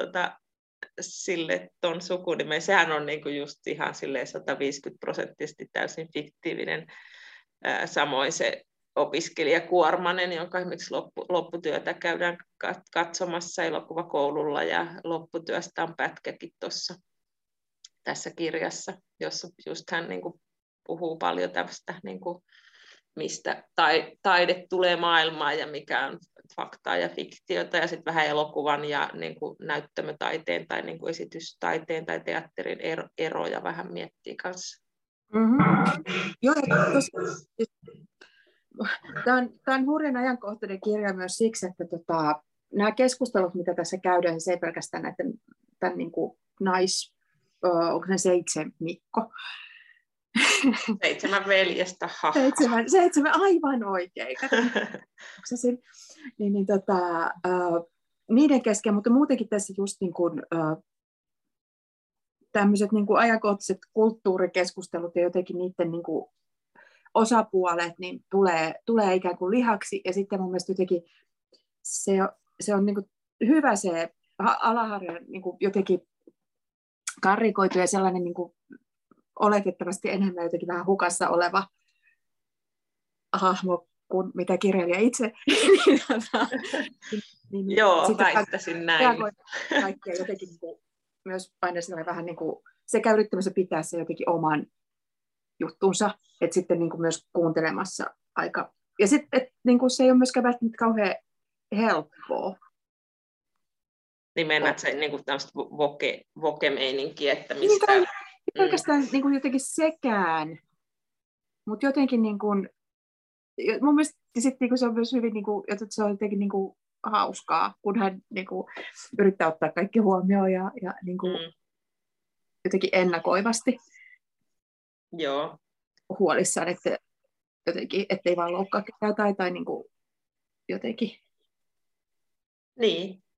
sille ton sukunimen. Sehän on niinku just ihan 150% täysin fiktiivinen. Samoin se opiskelija Kuormanen, jonka esimerkiksi lopputyötä käydään katsomassa elokuvakoululla, ja lopputyöstä on pätkäkin tässä kirjassa, jossa just hän niinku puhuu paljon tästä, niinku, mistä taide tulee maailmaan ja mikä on faktaa ja fiktiota, ja sitten vähän elokuvan ja niinku näyttämötaiteen tai niinku esitystaiteen tai teatterin eroja vähän miettii kanssa. Joo, tämä on hurjan ajankohtainen kirja myös siksi, että nämä keskustelut, mitä tässä käydään, se ei pelkästään tämän niin kuin onko se 7 Mikko? 7 veljestä. 7, aivan oikein. Niiden kesken, mutta muutenkin tässä just niin kuin, tämmöiset niin kuin ajankohtaiset kulttuurikeskustelut ja jotenkin niiden niin kuin osapuolet niin tulee ikään kuin lihaksi, ja sitten mun mielestä jotenkin se on niin kuin hyvä se alaharja niin kuin jotenkin karrikoitu ja sellainen niin kuin oletettavasti enemmän jotenkin vähän hukassa oleva hahmo kuin mitä kirjailija itse. Joo, väittäisin näin. Kaikkia jotenkin niin kuin, myös aina vähän niin kuin, sekä yrittämässä pitää se jotenkin oman juttunsa, että sitten niin kuin myös kuuntelemassa aika. Ja sitten niin kuin se ei ole myöskään välttämättä kauhean helppoa. Niin mennät se niin kuin tämmöistä voke-meininkiä, että mistä... Niin, pelkästään niin kuin jotenkin sekään, mutta jotenkin niin kuin, mun mielestä sitten, niin kuin se on myös hyvin, niin kuin, että se on jotenkin niin kuin hauskaa, kun hän niin kuin, yrittää ottaa kaikki huomioon ja niin kuin, jotenkin ennakoivasti. Joo. Huolissaan, että jotenkin, ettei vaan loukkaa ketään tai niin kuin, jotenkin. Niin.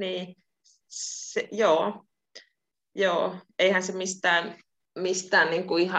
Joo, eihän se mistään niin kuin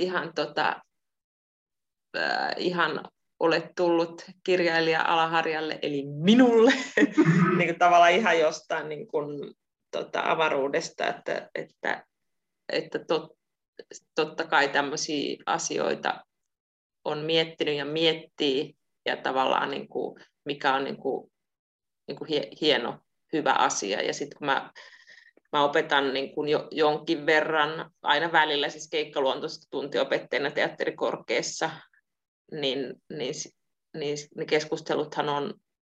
ihan ole tullut kirjailija alaharjalle, eli minulle, niin kuin tavallaan ihan jostain niin kuin, avaruudesta, että totta kai tämmöisiä asioita on miettinyt ja miettii, ja tavallaan niin kuin, mikä on niin kuin hieno, hyvä asia. Ja sitten kun mä opetan niin kuin jonkin verran, aina välillä siis keikkaluontoista tuntiopettajana teatterikorkeassa, niin ne keskusteluthan on,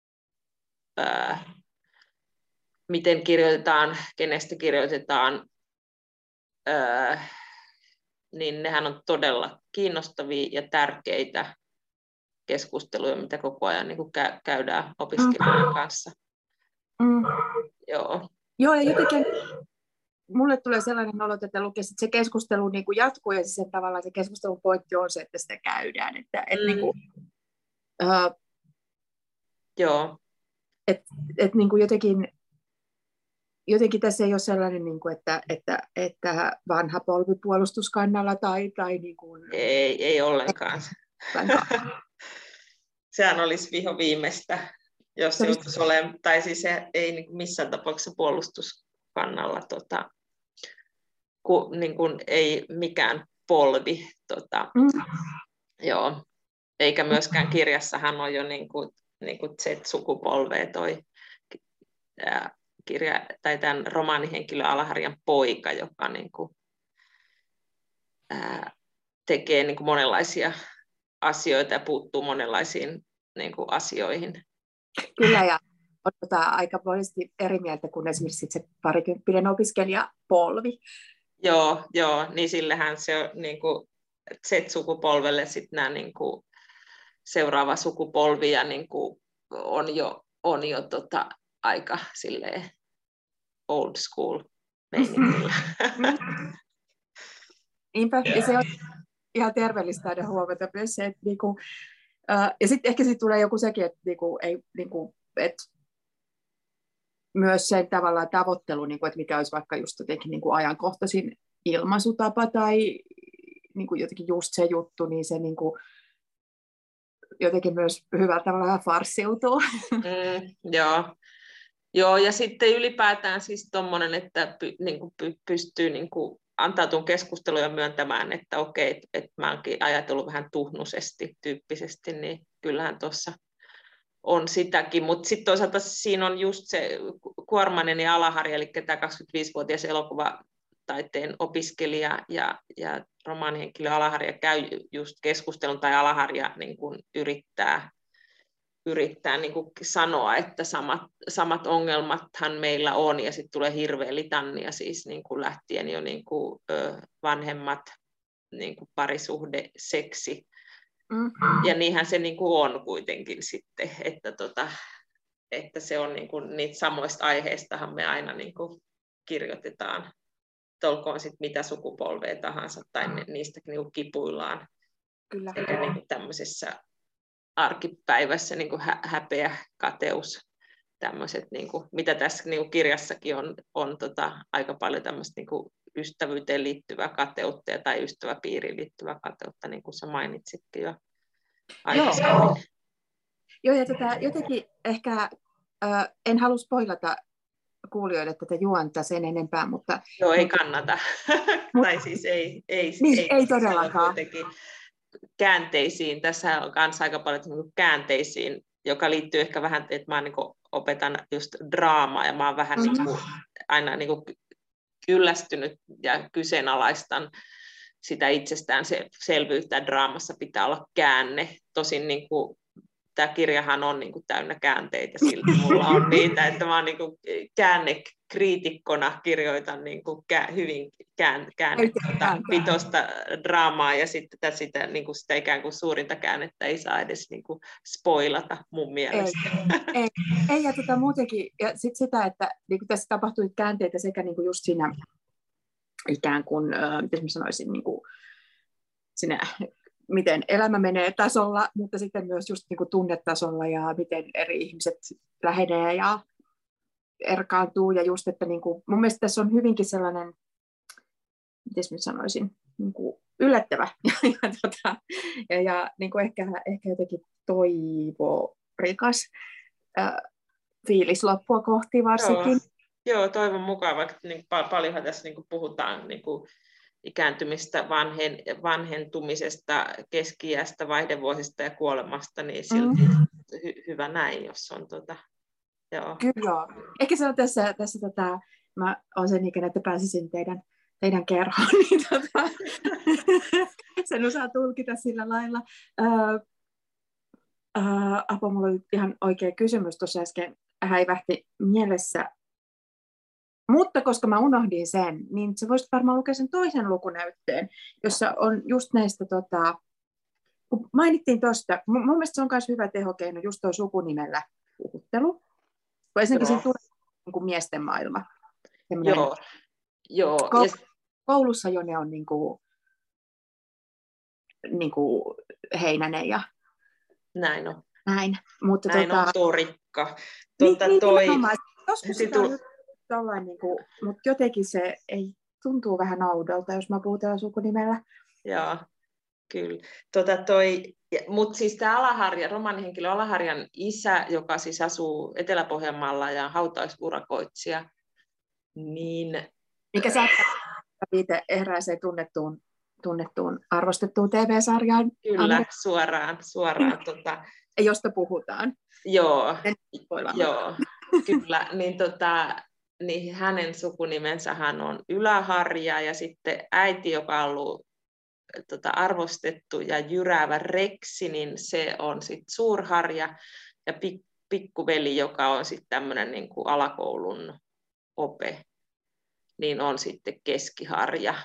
miten kirjoitetaan, kenestä kirjoitetaan, niin nehän on todella kiinnostavia ja tärkeitä keskusteluja, mitä koko ajan niin kuin käydään opiskelijoiden kanssa. Joo, ja jotenkin mulle tulee sellainen olo, että lukee, että se keskustelu niin kuin jatkuu, ja siis tavallaan se keskustelun pointti on se, että sitä käydään. Niin kuin, joo. Niin kuin jotenkin tässä ei ole sellainen, niin kuin, että vanha polvi puolustuskannalla tai niin kuin... Ei ollenkaan. sehän olisi vihoviimeistä, jos joutuisi olemaan, tai siis se ei niin kuin missään tapauksessa puolustuskannalla, niin kuin ei mikään polvi. Joo. Eikä myöskään kirjassahan on jo niin kuin Z-sukupolvea toi kirja, tai tämän romaanihenkilö Alaharjan poika, joka niin kuin, tekee niin kuin monenlaisia asioita ja puuttuu monenlaisiin niin kuin asioihin. Kyllä, ja on aika monesti eri mieltä kuin esimerkiksi se parikymppinen opiskelijapolvi. Joo, niin sillehän se on niin kuin Z-sukupolvelle sitten nämä niin kuin seuraava sukupolvi ja niin kuin on jo aika silleen old school meiningillä. Niinpä, ja se on ihan terveellistä aina huomata myös se, että niinku, ja sitten ehkä siitä tulee joku sekin, että niinku, ei, niinku, että myös sen tavallaan tavoittelu, niinku, että mikä olisi vaikka just jotenkin niinku ajankohtaisin ilmaisutapa tai niinku jotenkin just se juttu, niin se niinku, jotenkin myös hyvällä tavalla farssiutuu. Joo, ja sitten ylipäätään siis tommoinen, että pystyy niinku antautumaan keskusteluun ja myöntämään, että okei, että mä oonkin ajatellut vähän tuhnuisesti, tyyppisesti, niin kyllähän tuossa on sitäkin. Mutta sitten toisaalta siinä on just se Kuormanen ja Alaharja, eli tämä 25-vuotias elokuvataiteen opiskelija ja romaanihenkilö Alaharja käy just keskustelun, tai Alaharja niin kun yrittää niin kuin sanoa, että samat ongelmathan meillä on, ja sitten tulee hirveä litannia siis niin kuin lähtien jo niin kuin, vanhemmat niin kuin parisuhde, seksi, ja niinhän se niin kuin on kuitenkin sitten, että se on niin kuin, niitä samoista aiheistahan me aina niin kuin kirjoitetaan, olkoon sitten mitä sukupolvea tahansa, tai niistäkin niin kuin kipuillaan. Kyllä. Sekä niin kuin tämmöisessä arkipäivässä niin kuin häpeä, kateus, tämmöiset, niin kuin, mitä tässä niin kuin kirjassakin on aika paljon tämmöistä niin kuin ystävyyteen liittyvää kateutta tai ystäväpiiriin liittyvää kateutta, niin kuin sä mainitsitkin jo aikaisemmin. Joo, ja jotenkin ehkä en halua spoilata kuulijoille tätä juonta sen enempää, mutta... Joo, ei kannata. Tai siis ei todellakaan. Käänteisiin. Tässä on myös aika paljon käänteisiin, joka liittyy ehkä vähän, että mä niin opetan just draamaa, ja mä oon vähän niin kuin, aina niin kuin kyllästynyt ja kyseenalaistan sitä itsestäänselvyyttä. Draamassa pitää olla käänne. Tosin niin kuin, tämä kirjahan on niin kuin täynnä käänteitä, silti mulla on niitä, että mä oon niin kuin käännekriitikkona kirjoitan niin kuin hyvin pitoista draamaa, ja sitten sitä, niin kuin sitä ikään kuin suurinta käännettä ei saa edes niin kuin spoilata mun mielestä. Ei ja muutenkin, ja sitten sitä, että niin kuin tässä tapahtui käänteitä sekä niin kuin just siinä ikään kuin, miten mä sanoisin, niin kuin siinä, miten elämä menee tasolla, mutta sitten myös just niin kuin tunnetasolla ja miten eri ihmiset lähenee ja erkaantuu, ja just, että niin kuin, mun mielestä tässä on hyvinkin sellainen, miten mä sanoisin, niin kuin yllättävä ja niin kuin ehkä jotenkin toivorikas fiilis loppua kohti varsinkin. Joo, toivon mukaan, vaikka niin paljonhan tässä niin kuin puhutaan niin kuin ikääntymistä, vanhentumisesta, keski-iästä, vaihdevuosista ja kuolemasta, niin silti hyvä näin, jos on joo. Kyllä joo. Ehkä se on tässä mä olen sen ikäinen, että pääsisin teidän kerhoon, niin sen osaa tulkita sillä lailla. Apo, mulla oli ihan oikea kysymys tuossa äsken, häivähti mielessä. Mutta koska mä unohdin sen, niin sä voisit varmaan lukea sen toisen lukunäytteen, jossa on just näistä, kun mainittiin tuosta, mun mielestä se on myös hyvä tehokeino, just tuo sukunimellä puhuttelu. Kun ensinnäkin siinä tulee niin kuin miesten maailma. Joo. Koulussa jo ne on niin kuin Heinänen ja... Näin on. Mutta näin on Torikka. Joskus mutta jotenkin se ei tuntuu vähän oudolta, jos mä puhutaan sukunimellä. Joo. Kyllä. Mutta siis tämä romaanihenkilö Alaharjan isä, joka siis asuu Etelä-Pohjanmaalla ja hautausurakoitsija, niin... Mikä saattaa viite erääseen tunnettuun arvostettuun TV-sarjaan. Kyllä, suoraan. Josta puhutaan. Joo, kyllä. Niin hänen sukunimensähän on Yläharja ja sitten äiti, joka on ollut arvostettu ja jyräävä Reksi, niin se on sitten Suurharja ja pikkuveli, joka on sitten tämmöinen niin kuin alakoulun ope, niin on sitten Keskiharja.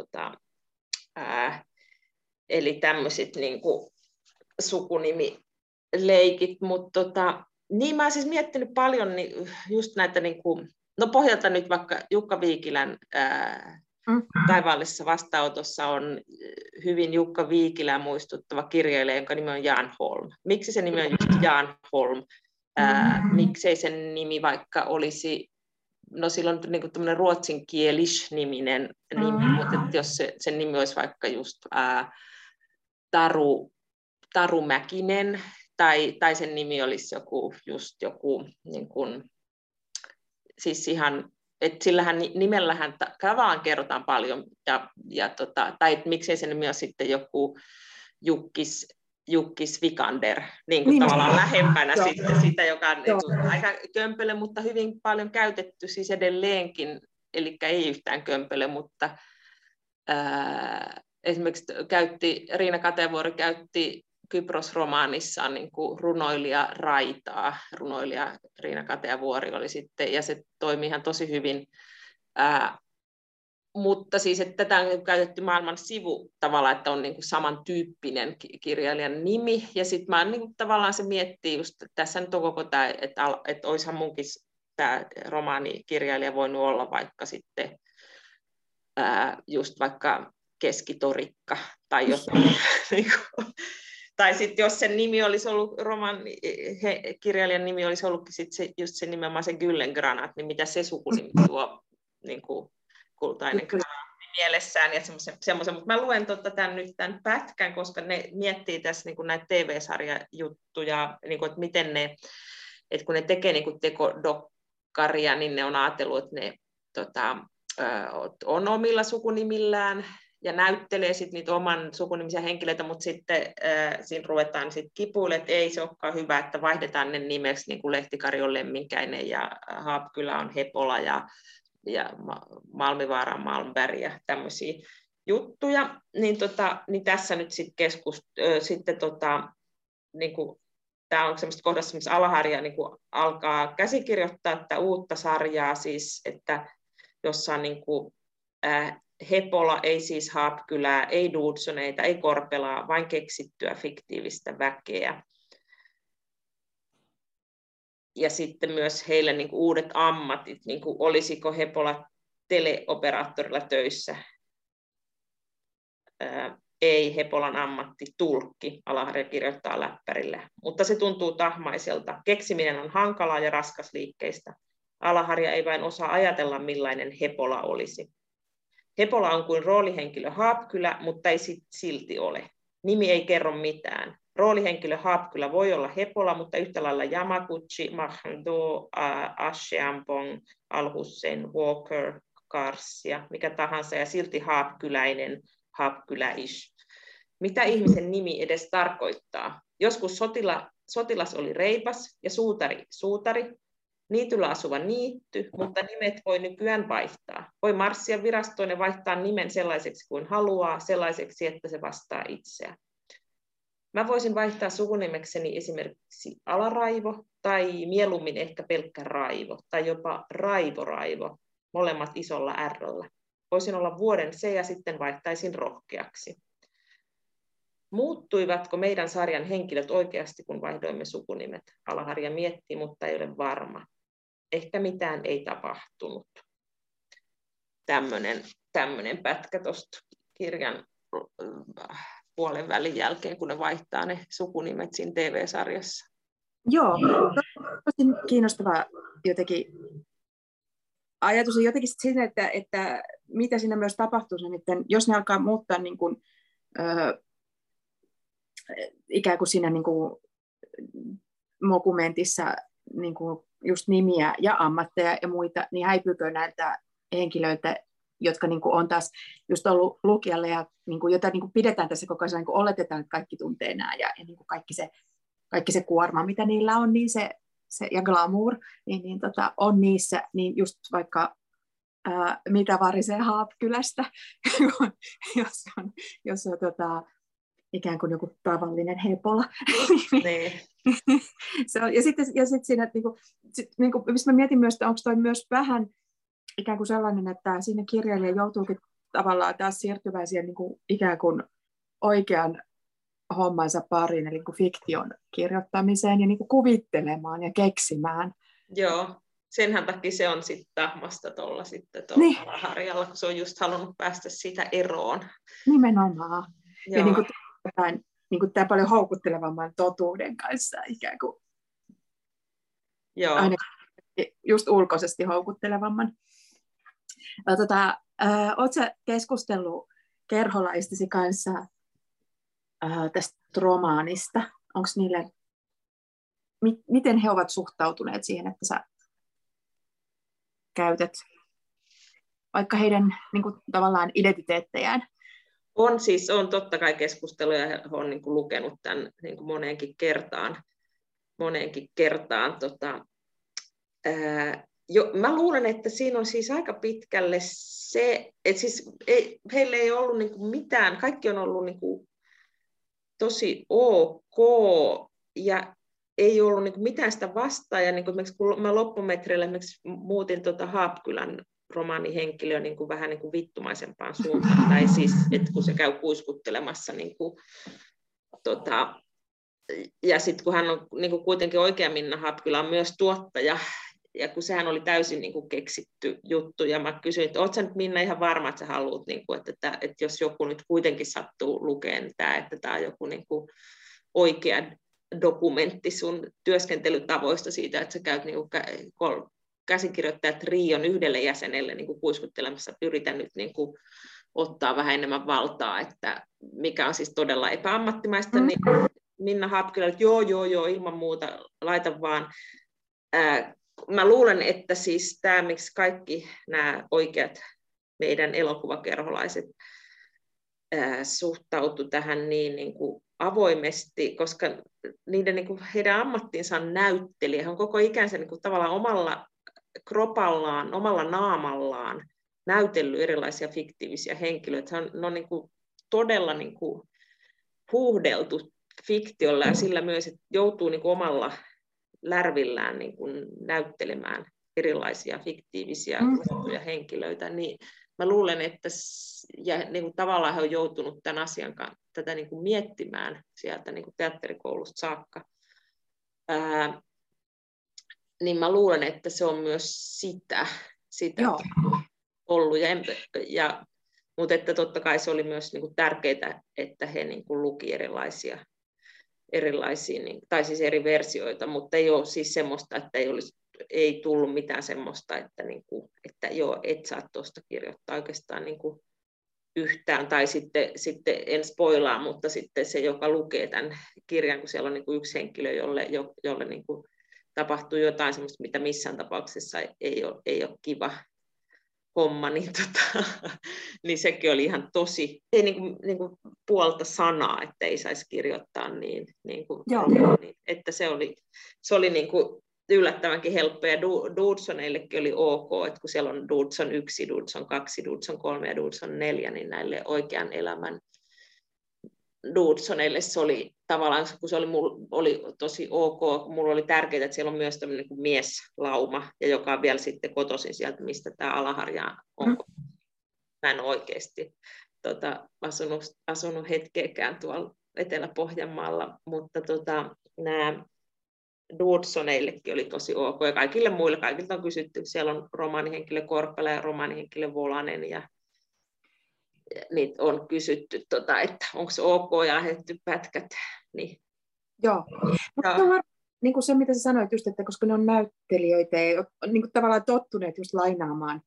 Eli tämmöiset niin kuin sukunimileikit, mutta niin mä oon siis miettinyt paljon just näitä, niin kuin, no pohjalta nyt vaikka Jukka Viikilän Taivaallisessa vastaanotossa on hyvin Jukka Viikilää muistuttava kirjailija, jonka nimi on Jan Holm. Miksi se nimi on just Jan Holm? Miksei sen nimi vaikka olisi, no silloin niin kuin tämmöinen ruotsinkielish-niminen nimi, mutta jos sen nimi olisi vaikka just Taru Mäkinen, tai sen nimi olisi joku niin kuin, siis ihan, että sillähän nimellähän tavallaan kerrotaan paljon, tai että miksei sen nimi ole sitten joku Jukkis Vikander, niin kuin tavallaan lähempänä sitten sitä, joka on aika kömpelö, mutta hyvin paljon käytetty siis edelleenkin, eli ei yhtään kömpelö, mutta esimerkiksi Riina Katevuori käytti Kypros-romaanissaan niin kuin runoilija Raitaa. Runoilija Riina Katevuori oli sitten, ja se toimi ihan tosi hyvin. Mutta siis, että tätä on käytetty maailman sivu tavallaan, että on niin kuin samantyyppinen kirjailijan nimi. Ja sitten mä niin kuin tavallaan se miettii just, että tässä nyt on koko tämä, että olisihan munkin tämä romaanikirjailija voinut olla vaikka sitten just vaikka Keskitorikka tai jotain. Tai sitten jos sen nimi olisi ollut, kirjailijan nimi olisi ollutkin sit just se nimenomaan se Gyllengranat, niin mitä se sukunimi tuo niin kuin kultainen granaatti mielessään ja semmoisen. Mutta mä luen tämän pätkän, koska ne miettii tässä niin kuin näitä TV-sarjajuttuja, niin kuin, että miten ne, että kun ne tekee niin kuin tekodokkaria, niin ne on ajatellut, että ne on omilla sukunimillään ja näyttelee sitten niitä oman sukunimisiä henkilöitä, mutta sitten siinä ruvetaan sitten kipuille, että ei se olekaan hyvä, että vaihdetaan ne nimeksi, niin kuin Lehtikari on Lemminkäinen ja Haapkylä on Hepola ja Malmivaara on Malmberg ja tämmöisiä juttuja, niin tässä nyt sitten niin kuin, tämä on semmoista kohdassa, missä Alaharja niin kuin alkaa käsikirjoittaa tätä uutta sarjaa, siis, että jossa on niin kuin, Hepola, ei siis Haapkylää, ei Dudsoneita, ei Korpelaa, vain keksittyä fiktiivistä väkeä. Ja sitten myös heille niin kuin uudet ammatit, niin kuin olisiko Hepola teleoperaattorilla töissä. Ei Hepolan ammatti tulkki, Alaharja kirjoittaa läppärille, mutta se tuntuu tahmaiselta. Keksiminen on hankalaa ja raskasliikkeistä. Alaharja ei vain osaa ajatella, millainen Hepola olisi. Hepola on kuin roolihenkilö Haapkylä, mutta ei silti ole. Nimi ei kerro mitään. Roolihenkilö Haapkylä voi olla Hepola, mutta yhtä lailla Yamaguchi, Mahdo, Asheampong, Al-Hussein, Walker, Garcia, mikä tahansa, ja silti haapkyläinen, haapkyläish. Mitä ihmisen nimi edes tarkoittaa? Joskus sotilas oli reipas ja suutari, niityllä asuva niitty, mutta nimet voi nykyään vaihtaa. Voi marssia virastoon ja vaihtaa nimen sellaiseksi kuin haluaa, sellaiseksi, että se vastaa itseään. Mä voisin vaihtaa sukunimekseni esimerkiksi Alaraivo, tai mieluummin ehkä pelkkä Raivo, tai jopa Raivo, molemmat isolla R:llä. Voisin olla vuoden se ja sitten vaihtaisin rohkeaksi. Muuttuivatko meidän sarjan henkilöt oikeasti, kun vaihdoimme sukunimet? Alaharja miettii, mutta ei ole varma. Ehkä mitään ei tapahtunut. Tämmöinen pätkä tuosta kirjan puolen välin jälkeen, kun ne vaihtaa ne sukunimet siinä TV-sarjassa. Joo, tosi kiinnostava jotenkin ajatus on jotenkin siinä, että mitä siinä myös tapahtuu, jos ne alkaa muuttaa niin kuin, ikään kuin siinä niin kuin dokumentissa niin kuin just nimiä ja ammatteja ja muita, niin häipyykö näiltä henkilöiltä, jotka niin kuin on taas just ollut lukijalle ja niin kuin, jota niin kuin pidetään tässä koko ajan, niin kuin oletetaan, että kaikki tuntee nämä ja niin kuin kaikki se kuorma, mitä niillä on, niin se ja glamour, niin on niissä, niin just vaikka mitä varisee Haapkylästä, jos on ikään kuin joku tavallinen hepola. Niin. Ja sitten siinä, mistä mä mietin myös, että onko toi myös vähän ikään kuin sellainen, että siinä kirjailija joutuukin tavallaan taas siirtymään siihen niin kuin ikään kuin oikean hommansa pariin, eli niin kuin fiktion kirjoittamiseen ja niin kuin kuvittelemaan ja keksimään. Joo, senhän takia se on sitten tahmasta tuolla niin. Alaharjalla, kun se on just halunnut päästä siitä eroon. Nimenomaan. Joo. Ja niin kuin tämä paljon houkuttelevamman totuuden kanssa ikään kuin. Joo. Ainakin just ulkoisesti houkuttelevamman. Oletko sä keskustellut kerholaistesi kanssa tästä romaanista? Onko niille, miten he ovat suhtautuneet siihen, että sä käytät vaikka heidän niin kuin, tavallaan identiteettejään? On totta kai keskusteluja, ja olen niin kuin lukenut tämän niin kuin moneenkin kertaan. Mä luulen, että siinä on siis aika pitkälle se, että siis heillä ei ollut niin kuin mitään, kaikki on ollut niin kuin tosi ok, ja ei ollut niin kuin mitään sitä vastaan, ja niin kuin kun mä loppumetreillä muutin Haapkylän romaanihenkilöä niin kuin vähän niin kuin vittumaisempaan suuntaan, tai siis, että kun se käy kuiskuttelemassa, niin kuin, ja sitten kun hän on niin kuin kuitenkin oikea Minna Haapkylä on myös tuottaja, ja kun sehän oli täysin niin kuin keksitty juttu, ja mä kysyin, että ootko sä nyt Minna ihan varma, että sä haluat, niin kuin, että jos joku nyt kuitenkin sattuu lukemaan tämä, että tämä on joku niin kuin oikea dokumentti sun työskentelytavoista siitä, että sä käyt niin kuin käsikirjoittajat Rion yhdelle jäsenelle niin kuin kuiskuttelemassa, että yritän nyt niin kuin ottaa vähän enemmän valtaa, että mikä on siis todella epäammattimaista, niin Minna Haapkylä, että joo, ilman muuta, laita vaan. Mä luulen, että siis tämä, miksi kaikki nämä oikeat meidän elokuvakerholaiset suhtautu tähän niin kuin avoimesti, koska niiden, niin kuin, heidän ammattinsa on näyttelijä, he on koko ikänsä niin kuin, tavallaan omalla kropallaan, omalla naamallaan näytellyt erilaisia fiktiivisiä henkilöitä. Ne on niin kuin, todella niin kuin, huuhdeltu fiktiolla ja sillä myös, että joutuu niin kuin, omalla lärvillään niin kuin, näyttelemään erilaisia fiktiivisiä henkilöitä, niin mä luulen, että ja, niin kuin, tavallaan he on joutunut tämän asian kanssa tätä niin kuin, miettimään sieltä niin kuin, teatterikoulusta saakka. Niin mä luulen, että se on myös sitä ollut. Mutta että totta kai se oli myös niin kuin, tärkeää, että he niin kuin, luki erilaisia niin, tai siis eri versioita, mutta ei ole siis semmoista, että ei tullut mitään semmoista, että, niin kuin, että joo, et saa tuosta kirjoittaa oikeastaan niin kuin yhtään, tai sitten en spoilaa, mutta sitten se, joka lukee tämän kirjan, kun siellä on niin kuin yksi henkilö, jolle niin kuin tapahtuu jotain semmoista, mitä missään tapauksessa ei ole kiva homma, niin sekin oli ihan tosi, ei niin kuin puolta sanaa, että ei saisi kirjoittaa niin että se oli niin kuin yllättävänkin helppo, ja Dudsoneillekin oli ok, että kun siellä on Dudson 1, Dudson 2, Dudson 3 ja Dudson 4, niin näille oikean elämän Dudsoneille se oli tavallaan, kun se oli tosi ok, kun mulla oli tärkeää, että siellä on myös tämmöinen niin kuin mieslauma, ja joka on vielä sitten kotoisin sieltä, mistä tämä Alaharja on. Mä en oikeasti asunut hetkeäkään tuolla Etelä-Pohjanmaalla, mutta nämä Dudsoneillekin oli tosi ok, ja kaikilta on kysytty, siellä on romaanihenkilö Korpela ja romaanihenkilö Volanen, ja niitä on kysytty, että onko se ok ja lähdetty pätkät. Niin. Joo, mutta niin kuin se, mitä sä sanoit, just, että koska ne on näyttelijöitä ja niin kuin tavallaan tottuneet just lainaamaan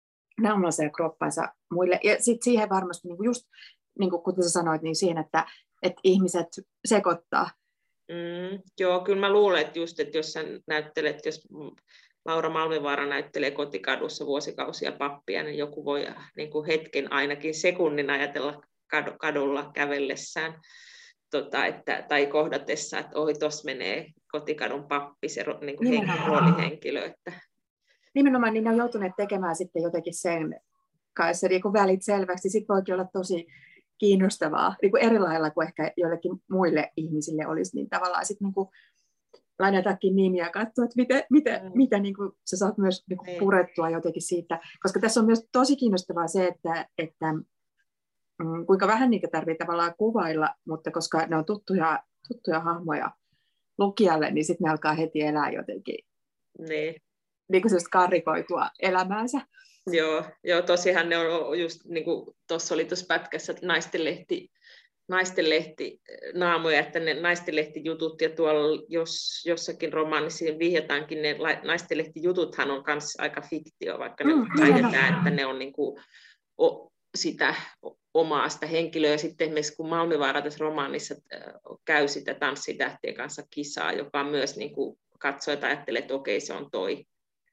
naamansa ja kroppansa muille. Ja sitten siihen varmasti, niin kuin just niin kuin kuten sä sanoit, niin siihen, että että ihmiset sekoittaa. Joo, kyllä mä luulen, että just, että jos sä näyttelet, jos Laura Malmivaara näyttelee Kotikadussa vuosikausia pappia, niin joku voi niin kuin hetken ainakin sekunnin ajatella kadulla kävellessään tai kohdatessa, että ohi, tuossa menee Kotikadun pappi, se niin kuin roolihenkilö. Että... Nimenomaan niin ne on joutuneet tekemään sitten jotenkin sen kanssa niin kuin välit selväksi. Sitten voikin olla tosi kiinnostavaa, niin kuin eri lailla kuin ehkä joillekin muille ihmisille olisi, niin tavallaan sitten niin kuin lainatakin nimiä ja katsoa, että mitä niin kuin sä saat myös niin kuin purettua jotenkin siitä. Koska tässä on myös tosi kiinnostavaa se, että kuinka vähän niitä tarvitsee tavallaan kuvailla, mutta koska ne on tuttuja hahmoja lukijalle, niin sitten ne alkaa heti elää jotenkin niin kuin sellaista karrikoitua elämäänsä. Joo, tosiaan ne on just niin kuin tuossa oli tuossa pätkässä, että naistenlehti naamoja, että ne naistenlehtijutut ja tuolla jossakin romaanissa vihjataankin, ne naistenlehtijututhan on myös aika fiktio, vaikka ne väitetään, että ne on niin kuin sitä omaa sitä henkilöä. Ja sitten esimerkiksi kun Malmivaara tässä romaanissa käy sitä tanssitähtien kanssa kisaa, joka myös niin kuin katsojat ajattelee, että okei, se on toi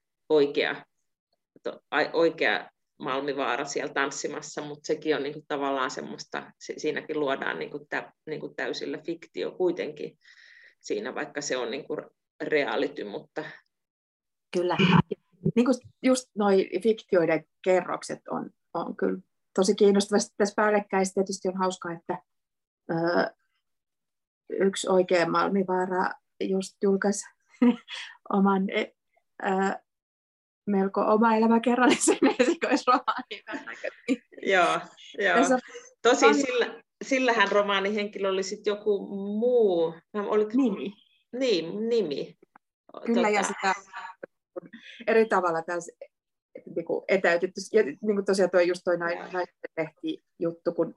oikea Malmivaara siellä tanssimassa, mutta sekin on niin kuin tavallaan semmoista, siinäkin luodaan niin kuin täysillä fiktio kuitenkin siinä, vaikka se on niin kuin reality, mutta... Kyllä. Niin kuin just noi fiktioiden kerrokset on kyllä tosi kiinnostavasti tässä päällekkäin. Tietysti on hauskaa, että yksi oikea Malmivaara just julkaisi oman melko oma elämäkerrallisen esikoisromaanin. Joo. Tosin sillähän romaanihenkilö oli sitten joku muu. Nimi. Nimi. Kyllä, ja sitä eri tavalla taas niinku etäytetty. Ja niin tosiaan toi naistenlehti juttu, kun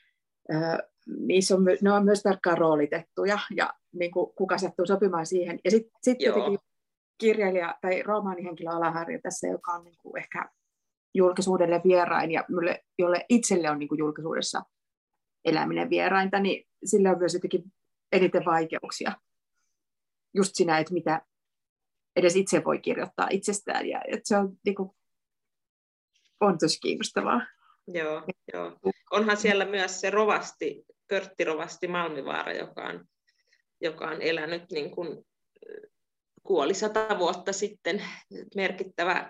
ne on myös tarkkaan roolitettuja, ja niin kuin, kuka sattuu sopimaan siihen. Ja sitten jotenkin kirjailija tai romaanihenkilö Alaharju tässä, joka on niin kuin ehkä julkisuudelle vierain, ja jolle itselle on niin kuin julkisuudessa eläminen vierainta, niin sillä on myös jotenkin eniten vaikeuksia. Just siinä, että mitä edes itse voi kirjoittaa itsestään, ja että se on, niin kuin, on tosi kiinnostavaa. Joo. Onhan siellä myös se Körtti-rovasti Malmivaara, joka on elänyt niin kuin kuoli 100 vuotta sitten, merkittävä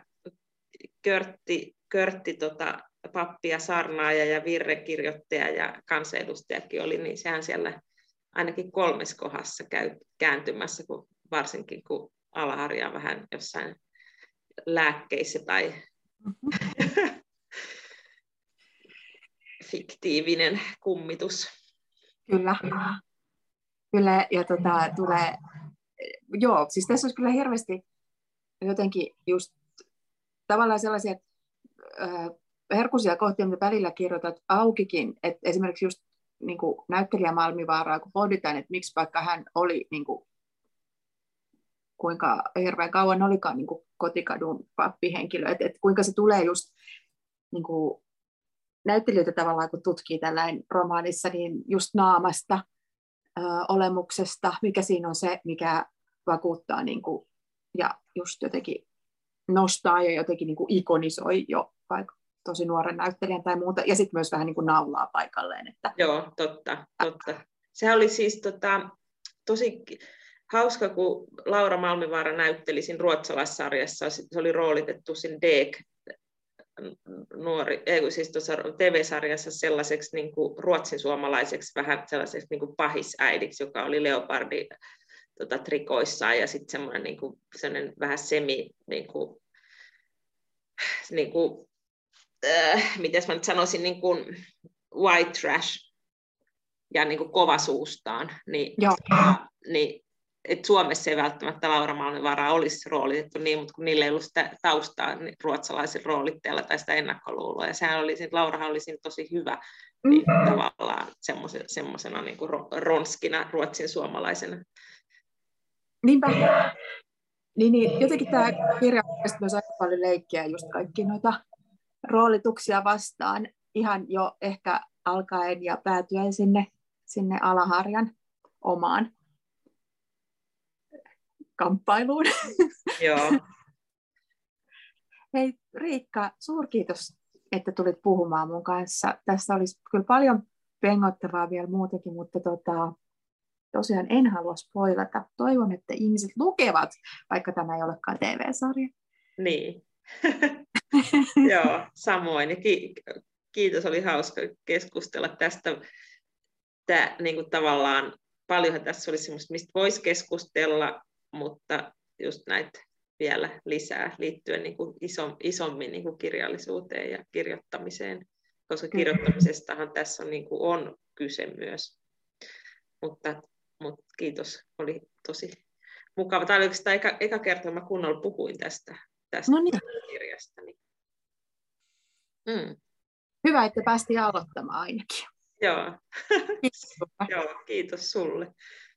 Körtti pappi ja saarnaaja ja virrekirjoittaja ja kansanedustajakin oli, niin sehän siellä ainakin 3 kohdassa käy kääntymässä, varsinkin kun Alaharja on vähän jossain lääkkeissä tai fiktiivinen kummitus. Kyllä, ja tulee, siis tässä olisi kyllä hirveästi jotenkin just tavallaan sellaisia herkuisia kohtia, mitä välillä kirjoitat aukikin, että esimerkiksi just niin kuin näyttelijä Malmivaaraa, kun pohditaan, että miksi vaikka hän oli, niin kuin, kuinka hirveän kauan olikaan niin kuin Kotikadun pappihenkilö, että kuinka se tulee just niin kuin näyttelijöitä tavallaan, kun tutkii tällainen romaanissa, niin just naamasta, olemuksesta, mikä siinä on se, mikä vakuuttaa niin kuin, ja just jotenkin nostaa ja jotenkin niin kuin ikonisoi jo vaikka tosi nuoren näyttelijän tai muuta, ja sitten myös vähän niin kuin naulaa paikalleen. Että... Joo, totta. Sehän oli siis tosi hauska, kun Laura Malmivaara näytteli siinä ruotsalaissarjassa, se oli roolitettu siinä Dek siis TV-sarjassa sellaiseksi niin kuin ruotsin suomalaiseksi vähän sellaiseksi niin kuin pahisäidiksi, joka oli leopardi trikoissaan ja sitten semmoinen niin kuin sellainen vähän semi mitäs mä nyt sanoisin, niin kuin white trash ja niin kuin kovasuustaan, niin et Suomessa ei välttämättä Laura Malmivaaraa olisi roolitettu niin, mutta kun niillä ei ollut sitä taustaa niin ruotsalaisilla roolitteilla tai sitä ennakkoluuloa, ja sehän oli, Laurahan oli siinä tosi hyvä niin tavallaan semmoisena niin kuin ronskina ruotsin suomalaisena. Niinpä. Niin, jotenkin tämä kirja on myös aika paljon leikkiä just kaikki noita roolituksia vastaan, ihan jo ehkä alkaen ja päätyen sinne sinne Alaharjan omaan kamppailuun. Joo. Hei Riikka, suurkiitos, että tulit puhumaan mun kanssa. Tässä olisi kyllä paljon pengottavaa vielä muutenkin, mutta tosiaan en halua spoilata. Toivon, että ihmiset lukevat, vaikka tämä ei olekaan TV-sarja. Niin. Joo, samoin. Ja kiitos, oli hauska keskustella tästä. Niin kuin tavallaan paljonhan tässä olisi semmoista, mistä voisi keskustella, mutta just näitä vielä lisää liittyen niin kuin isommin niin kuin kirjallisuuteen ja kirjoittamiseen, koska kirjoittamisestahan tässä on, niin kuin on kyse myös. Mutta kiitos, oli tosi mukava. Tämä oli oikeastaan eka kerta, kun mä kunnolla puhuin tästä No niin. kirjasta. Hyvä, että päästiin aloittamaan ainakin. Joo. Kiitos. Joo, kiitos sulle.